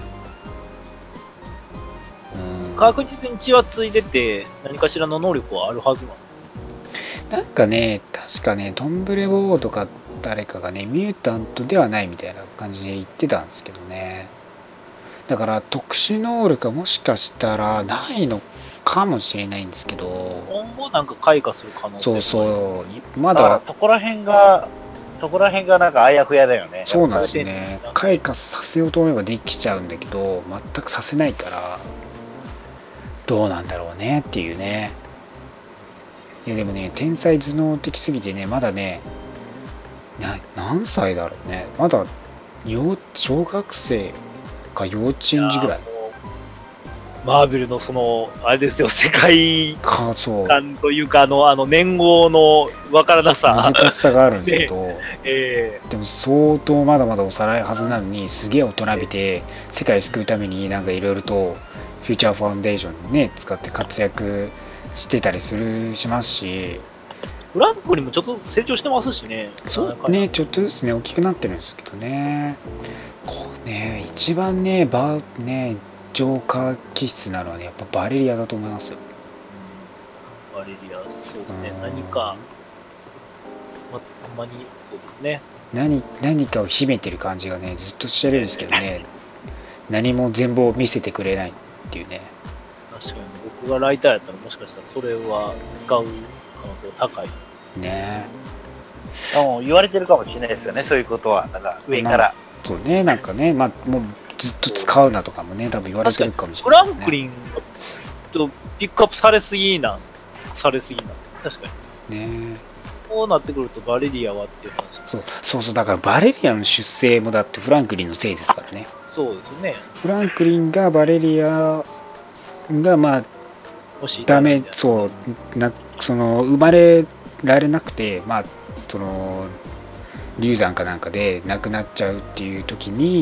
確実に血はついてて、何かしらの能力はあるはずなんかね、確かね、トンブレボーとか誰かがね、ミュータントではないみたいな感じで言ってたんですけどね。だから特殊能力はもしかしたらないのかもしれないんですけど、 今後なんか開花する可能性。 そうまだそこら辺がなんかあやふやだよね。 そうなんですね。開花させようと思えばできちゃうんだけど、全くさせないからどうなんだろうねっていうね。いやでもね、天才頭脳的すぎてね、まだね、何歳だろうね。まだ小学生か幼稚園児ぐらい。 マーベルのそのあれですよ、世界観というか年号のわからなさ、 難しさがあるんですけど、でも相当まだまだ幼いはずなのに、すげえ大人びて世界救うためになんかいろいろとフューチャーファウンデーションね使って活躍してたりしますし、 フランクにもちょっと成長してますしね。 そうね、ちょっとずつね大きくなってるんですけどね。こうね、一番ねジョーカー気質なのはね、やっぱバレリアだと思いますよ。 バレリア、そうですね。何かほんまにそうですね。 何かを秘めてる感じがねずっとしてるんですけどね、何も全貌を見せてくれないっていうね。 確かに僕がライターやったらもしかしたらそれは使う可能性が高いね。 言われてるかもしれないですよね、そういうことは。なんか上から、 そうね、なんかね、もうずっと使うなとかもね多分言われてるかもしれないですね。 フランクリンとピックアップされすぎな確かにね。こうなってくるとバレリアはっていう話。 そうだからバレリアの出生もだってフランクリンのせいですからね。 そうですね。 フランクリンがバレリアがダメ、その生まれられなくて、その流産かなんかで亡くなっちゃうっていう時に、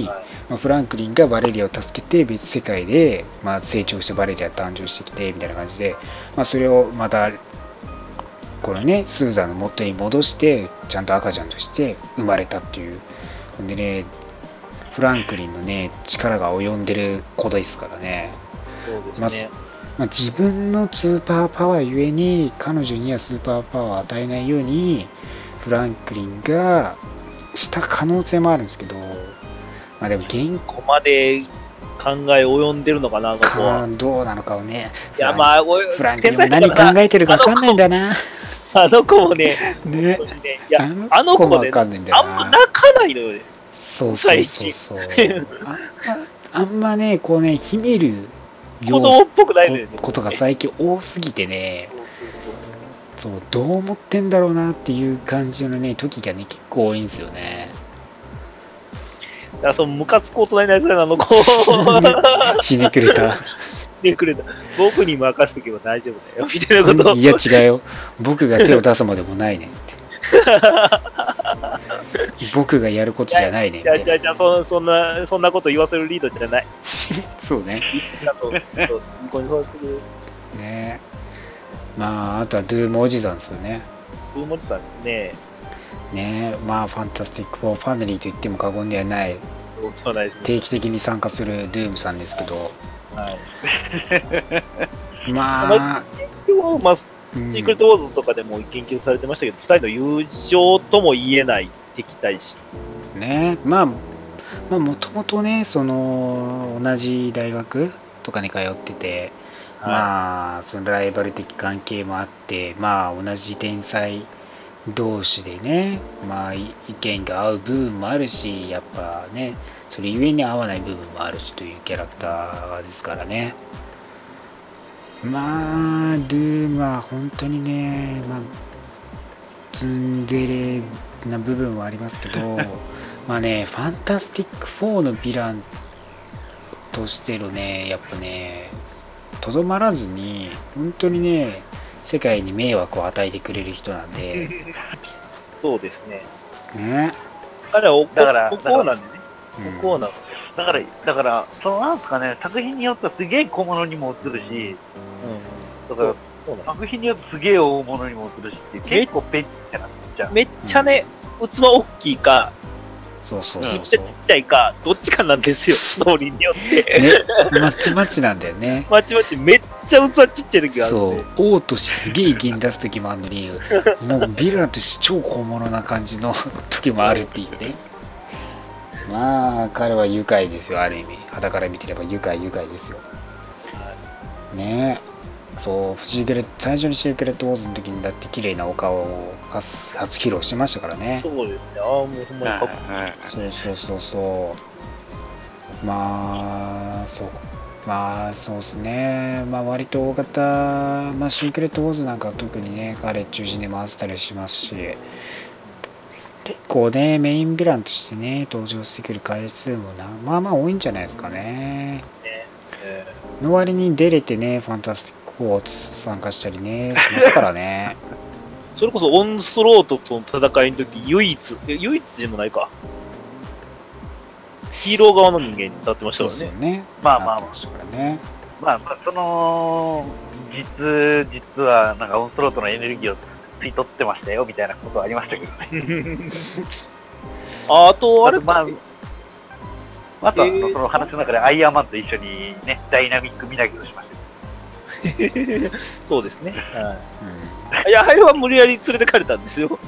フランクリンがバレリアを助けて別世界で、成長してバレリア誕生してきてみたいな感じで、それをまたこのねスーザンの元に戻してちゃんと赤ちゃんとして生まれたっていうでね、フランクリンのね力が及んでる子ですからね。 そうですね。 自分のスーパーパワーゆえに彼女にはスーパーパワーを与えないようにフランクリンがした可能性もあるんですけど、でもここまで考え及んでるのかな、ここは。 どうなのかをね。 いや、 フランクリンも何考えてるか分かんないんだな。 あの子もね、 ね、 いや、あの子もね、あんま泣かないのよね。 そう。あんまね、こうね、秘める子供っぽくないのよね。 ことが最近多すぎてね、そうどう思ってんだろうなっていう感じのね、時がね、結構多いんですよね。 だからそのムカつく大人になりそうなあの子ひねくれた僕に任せとけば大丈夫だよみたいなことを。 いや違うよ、僕が手を出すまでもないねんって僕がやることじゃないねんって。 じゃあそんなこと言わせるリードじゃないそうねね。あとはドゥームおじさんですよね。 ドゥームおじさんですね。 ファンタスティック・フォー・ファミリーと言っても過言ではない、定期的に参加するドゥームさんですけど、 はい、 シークレットウォーズとかでも研究されてましたけど、2人の友情とも言えない敵対心ね。もともとね、その同じ大学とかに通ってて、そのライバル的関係もあって、同じ天才同士でね、意見が合う部分もあるし、やっぱね、それゆえに合わない部分もあるしというキャラクターですからね。ドゥームは本当にね、ツンデレな部分はありますけど、ファンタスティック4のヴィランとしてのね、やっぱね、とどまらずに、本当にね、世界に迷惑を与えてくれる人なんで。 そうですね。 ね。 彼はおこうなんでね。おこうなんで。 だから、なんですかね、作品によってはすげえ小物にも映るし、だから、作品によってすげえ大物にも映るしっていう、結構便利じゃなっちゃう。 めっちゃね、器大きいか、 めっちゃちっちゃいか、どっちかなんですよ、ストーリーによって。 ね、まちまちなんだよね。 まちまち、めっちゃ器ちっちゃい時があるんで。 王としてすげえ弦出す時もあるのに、もうビランとして超小物な感じの時もあるっていうね。彼は愉快ですよ、ある意味。肌から見てれば愉快ですよ。ねえ。最初にシークレットウォーズの時にだって綺麗なお顔を初披露してましたからね。 そうですね。もうほんまにかっこいい。 そう。そうですね。割と大型、シークレットウォーズなんかは特にね、彼中心で回せたりしますし、結構ね、メインヴィランとしてね、登場してくる回数も多いんじゃないですかね。の割に出れてね、ファンタスティック4参加したりね、しますからね。 それこそオンスロートとの戦いの時、唯一でもないか。ヒーロー側の人間になってましたからね。 そうですよね。 実はなんかオンスロートのエネルギーを吸い取ってましたよみたいなことはありましたけどね。 あと、あれあとはその話の中でアイアンマンと一緒にね、ダイナミックみなぎをしました。 そうですね。いや、あれは無理やり連れてかれたんですよ。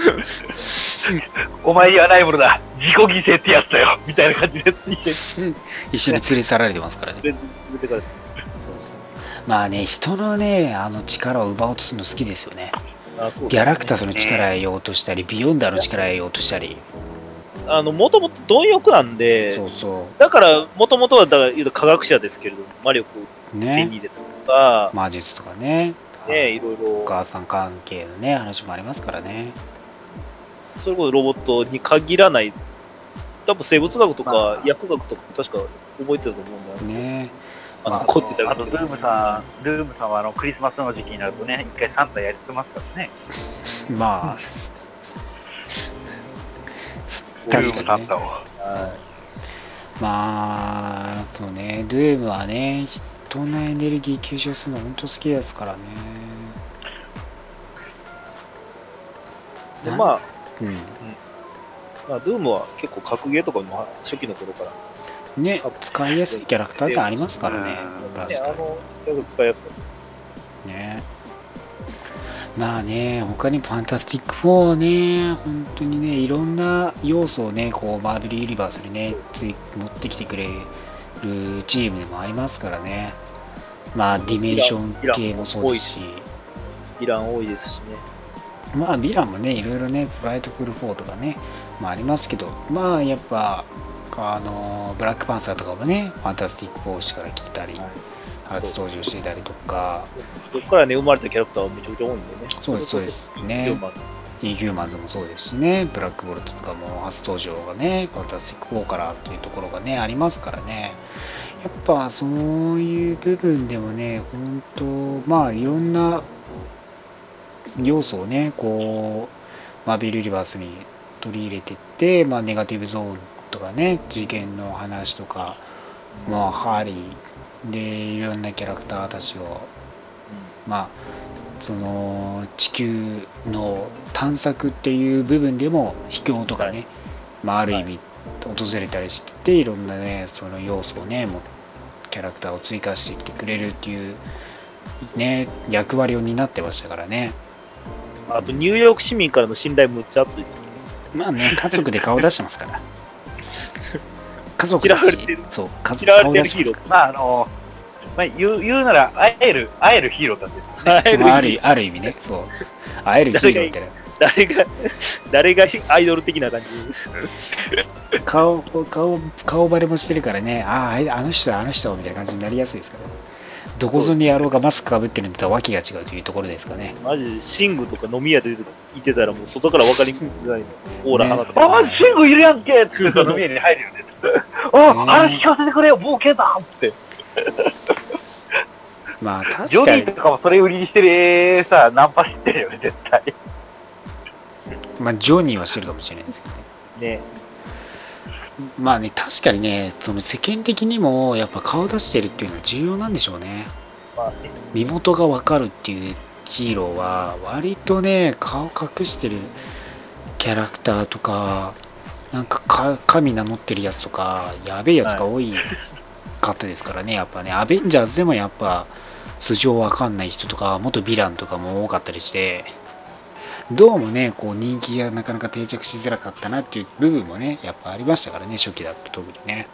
お前にはないものだ、自己犠牲ってやつだよみたいな感じで一緒に連れ去られてますからね。 連れてかれた。 人のね、力を奪おうとするの好きですよね。ギャラクタスの力を得ようとしたり、ビヨンダーの力を得ようとしたり。 もともと貪欲なんで、だから、もともとは科学者ですけれども、魔力を手に入れたとか、 魔術とかね、 いろいろ。 お母さん関係のね、話もありますからね。 それこそロボットに限らない、多分生物学とか薬学とか確か覚えてると思うんだよね。 あとルームさんはクリスマスの時期になるとね、一回サンタやりてますからね。 確かにね。 まあそうね、ドゥームはね、人のエネルギー吸収するの本当好きですからね。 でまあ、まあ、ドゥームは結構格ゲーとかも初期の頃からね、使いやすいキャラクターってありますからね。確かに。 よく使いやすかったね。まあね、他にファンタスティック4ね、本当にね、いろんな要素をね、こうマーベルユニバースにね、持ってきてくれるチームでもありますからね。まあ、ディメンション系もそうですし。 ヴィラン多いですしね。 まあ、ヴィランもね、いろいろね、フライトフル4とかね、まあありますけど、まあやっぱ、ブラックパンサーとかもね、ファンタスティック4から来てたり、初登場してたりとか、 そこからね、生まれたキャラクターはめちゃくちゃ多いんでね。 そうです、そうですね。インヒューマンズもそうですしね、ブラックボルトとかも初登場がね、ファンタスティック4からっていうところがね、ありますからね。やっぱそういう部分でもね、本当、まあいろんな要素をね、こう、マーベルユニバースに取り入れていって、まあネガティブゾーンとかね、事件の話とか、まあハリーでいろんなキャラクターたちを、まあその地球の探索っていう部分でも秘境とかね、まあある意味訪れたりしてて、いろんなねその要素をねキャラクターを追加してきてくれるっていうね役割を担ってましたからね。 あとニューヨーク市民からの信頼むっちゃ熱い。 まあね、家族で顔出してますから。家族だし、 そう、 嫌われてるヒーロー。 まあまあ、言うなら会えるヒーローたちですね。ある意味ね、そう。会えるヒーローってね。 誰がアイドル的な感じ。 顔バレもしてるからね、あの人みたいな感じになりやすいですからね。どこぞに野郎がマスクかぶってるんだったら訳が違うというところですかね。 マジでシングとか飲み屋でいてたらもう外から分かりづらいオーラ放って、 あ、シングいるやんけって飲み屋に入るよね。話聞かせてくれよ、冒険だって。 まあ確かに。 ジョニーとかもそれ売りにしてるさ、ナンパ知ってるよね、絶対。 まあジョニーはしてるかもしれないですけどね。まあね、確かにね、その世間的にもやっぱ顔出してるっていうのは重要なんでしょうね。身元が分かるっていうヒーローは割とね、顔隠してるキャラクターとか、なんか神名乗ってるやつとか、やべえやつが多いかったですからね、やっぱね、アベンジャーズでもやっぱ素性わかんない人とか、元ヴィランとかも多かったりして、どうもね、こう人気がなかなか定着しづらかったなっていう部分もね、やっぱありましたからね、初期だと特にね。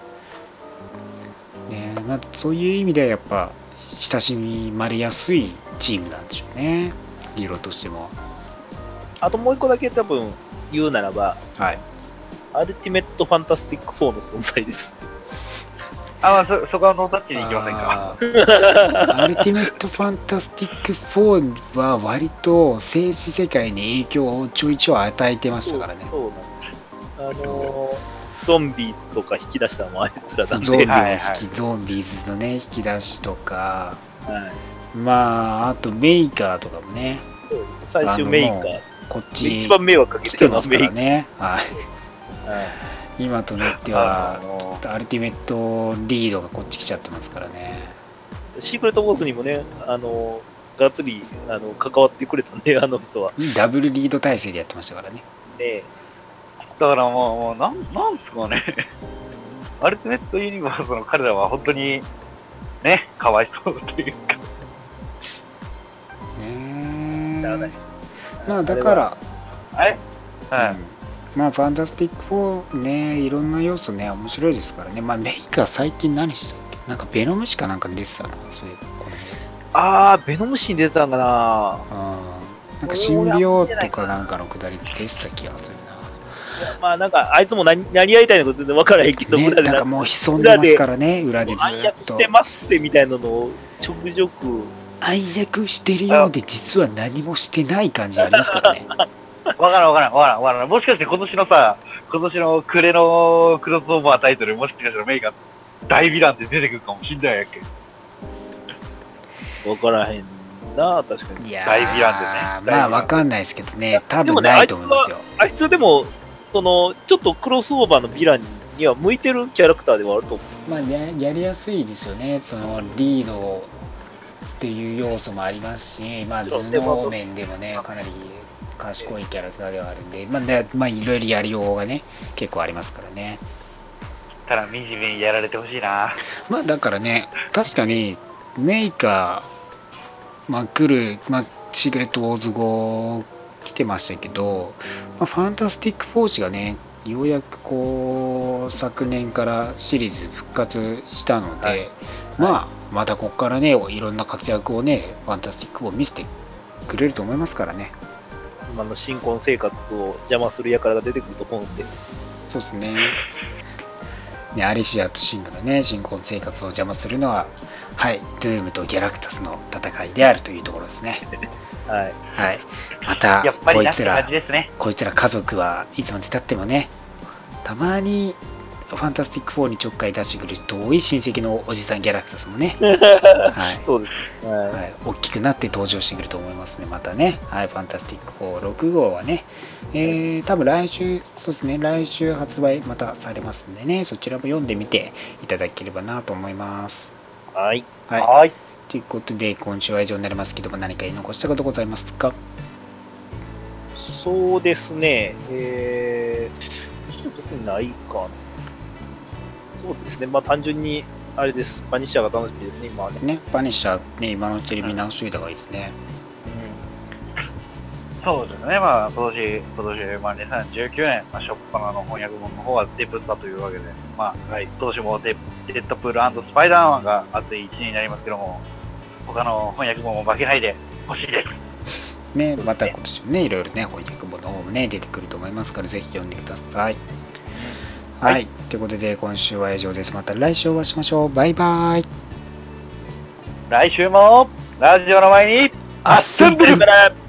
まあ、そういう意味ではやっぱ親しまれやすいチームなんでしょうね、ヒーローとしても。 あともう一個だけ多分言うならば、 はい、 アルティメットファンタスティック4の存在です。 そこはノータッチに行きませんか。 アルティメットファンタスティック4は割と政治世界に影響をちょいちょい与えてましたからね。 そうなんです。ゾンビとか引き出したのもあいつらなんで。 ゾンビーズのね、引き出しとか、まあ、あとメーカーとかもね。 最終メーカー。 こっち一番迷惑かけてますからね。はい。今となっては、アルティメットリードがこっち来ちゃってますからね。 シークレットボースにもね、がっつり関わってくれたんで、あの人は。 ダブルリード体制でやってましたからね。 だからもうなんすかね。アルティメットユニバースの彼らは本当に、ね、かわいそうというか。 まあだから、 はいまあファンタスティック4ね、いろんな要素ね、面白いですからね。まあメイカー最近何したっけ、なんかベノムシかなんか出てたな、そういうベノムシに出てたんかな。 なんかシンビオとかなんかのくだり出てた気がするな。 まあなんかあいつも何やりたいのか全然分からへんけど、 裏でなんかもう潜んでますからね、裏でずっとしてますってみたいなのをちょくちょく暗躍してるようで実は何もしてない感じありますからね。 わからん。もしかして今年の暮れのクロスオーバータイトル、もしかしたらメイが大ヴィランって出てくるかもしんないやっけ。 分からへんな、確かに。 いや大ヴィランでね。 まあ分かんないですけどね、多分ないと思いますよ。 あいつでも、ちょっとクロスオーバーのヴィランにには向いてるキャラクターではあると思う。 まあ、やりやすいですよね。そのリードっていう要素もありますし、まあ、頭脳面でもね、かなり賢いキャラクターではあるんで、まあ、いろいろやりようがね、結構ありますからね。 ただ、惨めにやられてほしいな。 まあ、だからね、確かに、メーカー、まあ、シークレットウォーズ後来てましたけど、まあ、ファンタスティックフォーチがね、ようやくこう昨年からシリーズ復活したので、はい、まあまたここからねいろんな活躍をねファンタスティックを見せてくれると思いますからね。 今の新婚生活を邪魔する輩が出てくると思うんで。 そうですね。アリシアとシングのね新婚生活を邪魔するのは、はい、ドゥームとギャラクタスの戦いであるというところですね。 はい、 はい、またやっぱりこいつら、 ね、 家族はいつまでたってもね、たまにファンタスティック4にちょっかい出してくる遠い親戚のおじさんギャラクタスもね、 はい、そうです、 はい、大きくなって登場してくると思いますね。またね、はい、ファンタスティック4、6号はね、多分来週発売またされますんでね、そちらも読んでみていただければなと思います。 はい。 はい。ということで、今週は以上になりますけども、何か言い残したことございますか？ そうですね、特にないかな。そうですね、まあ単純に、あれです、バニッシャーが楽しみですね、今はね。 バニッシャーね、今のうちに見直しといた方がいいですね。 そうですね、まあ今年、まあ、2019年、まあ、初っ端の翻訳本の方はデブったというわけで、まあ、はい、今年もデッドプール&スパイダーマンが熱い1年になりますけども、他の翻訳本も負けないでほしいです。 ね、また今年もね、いろいろね、翻訳本の方もね、出てくると思いますから、ぜひ読んでください。はい、ということで、今週は以上です。また来週お会いしましょう。バイバイ。 来週も、ラジオの前に、 アッスンブル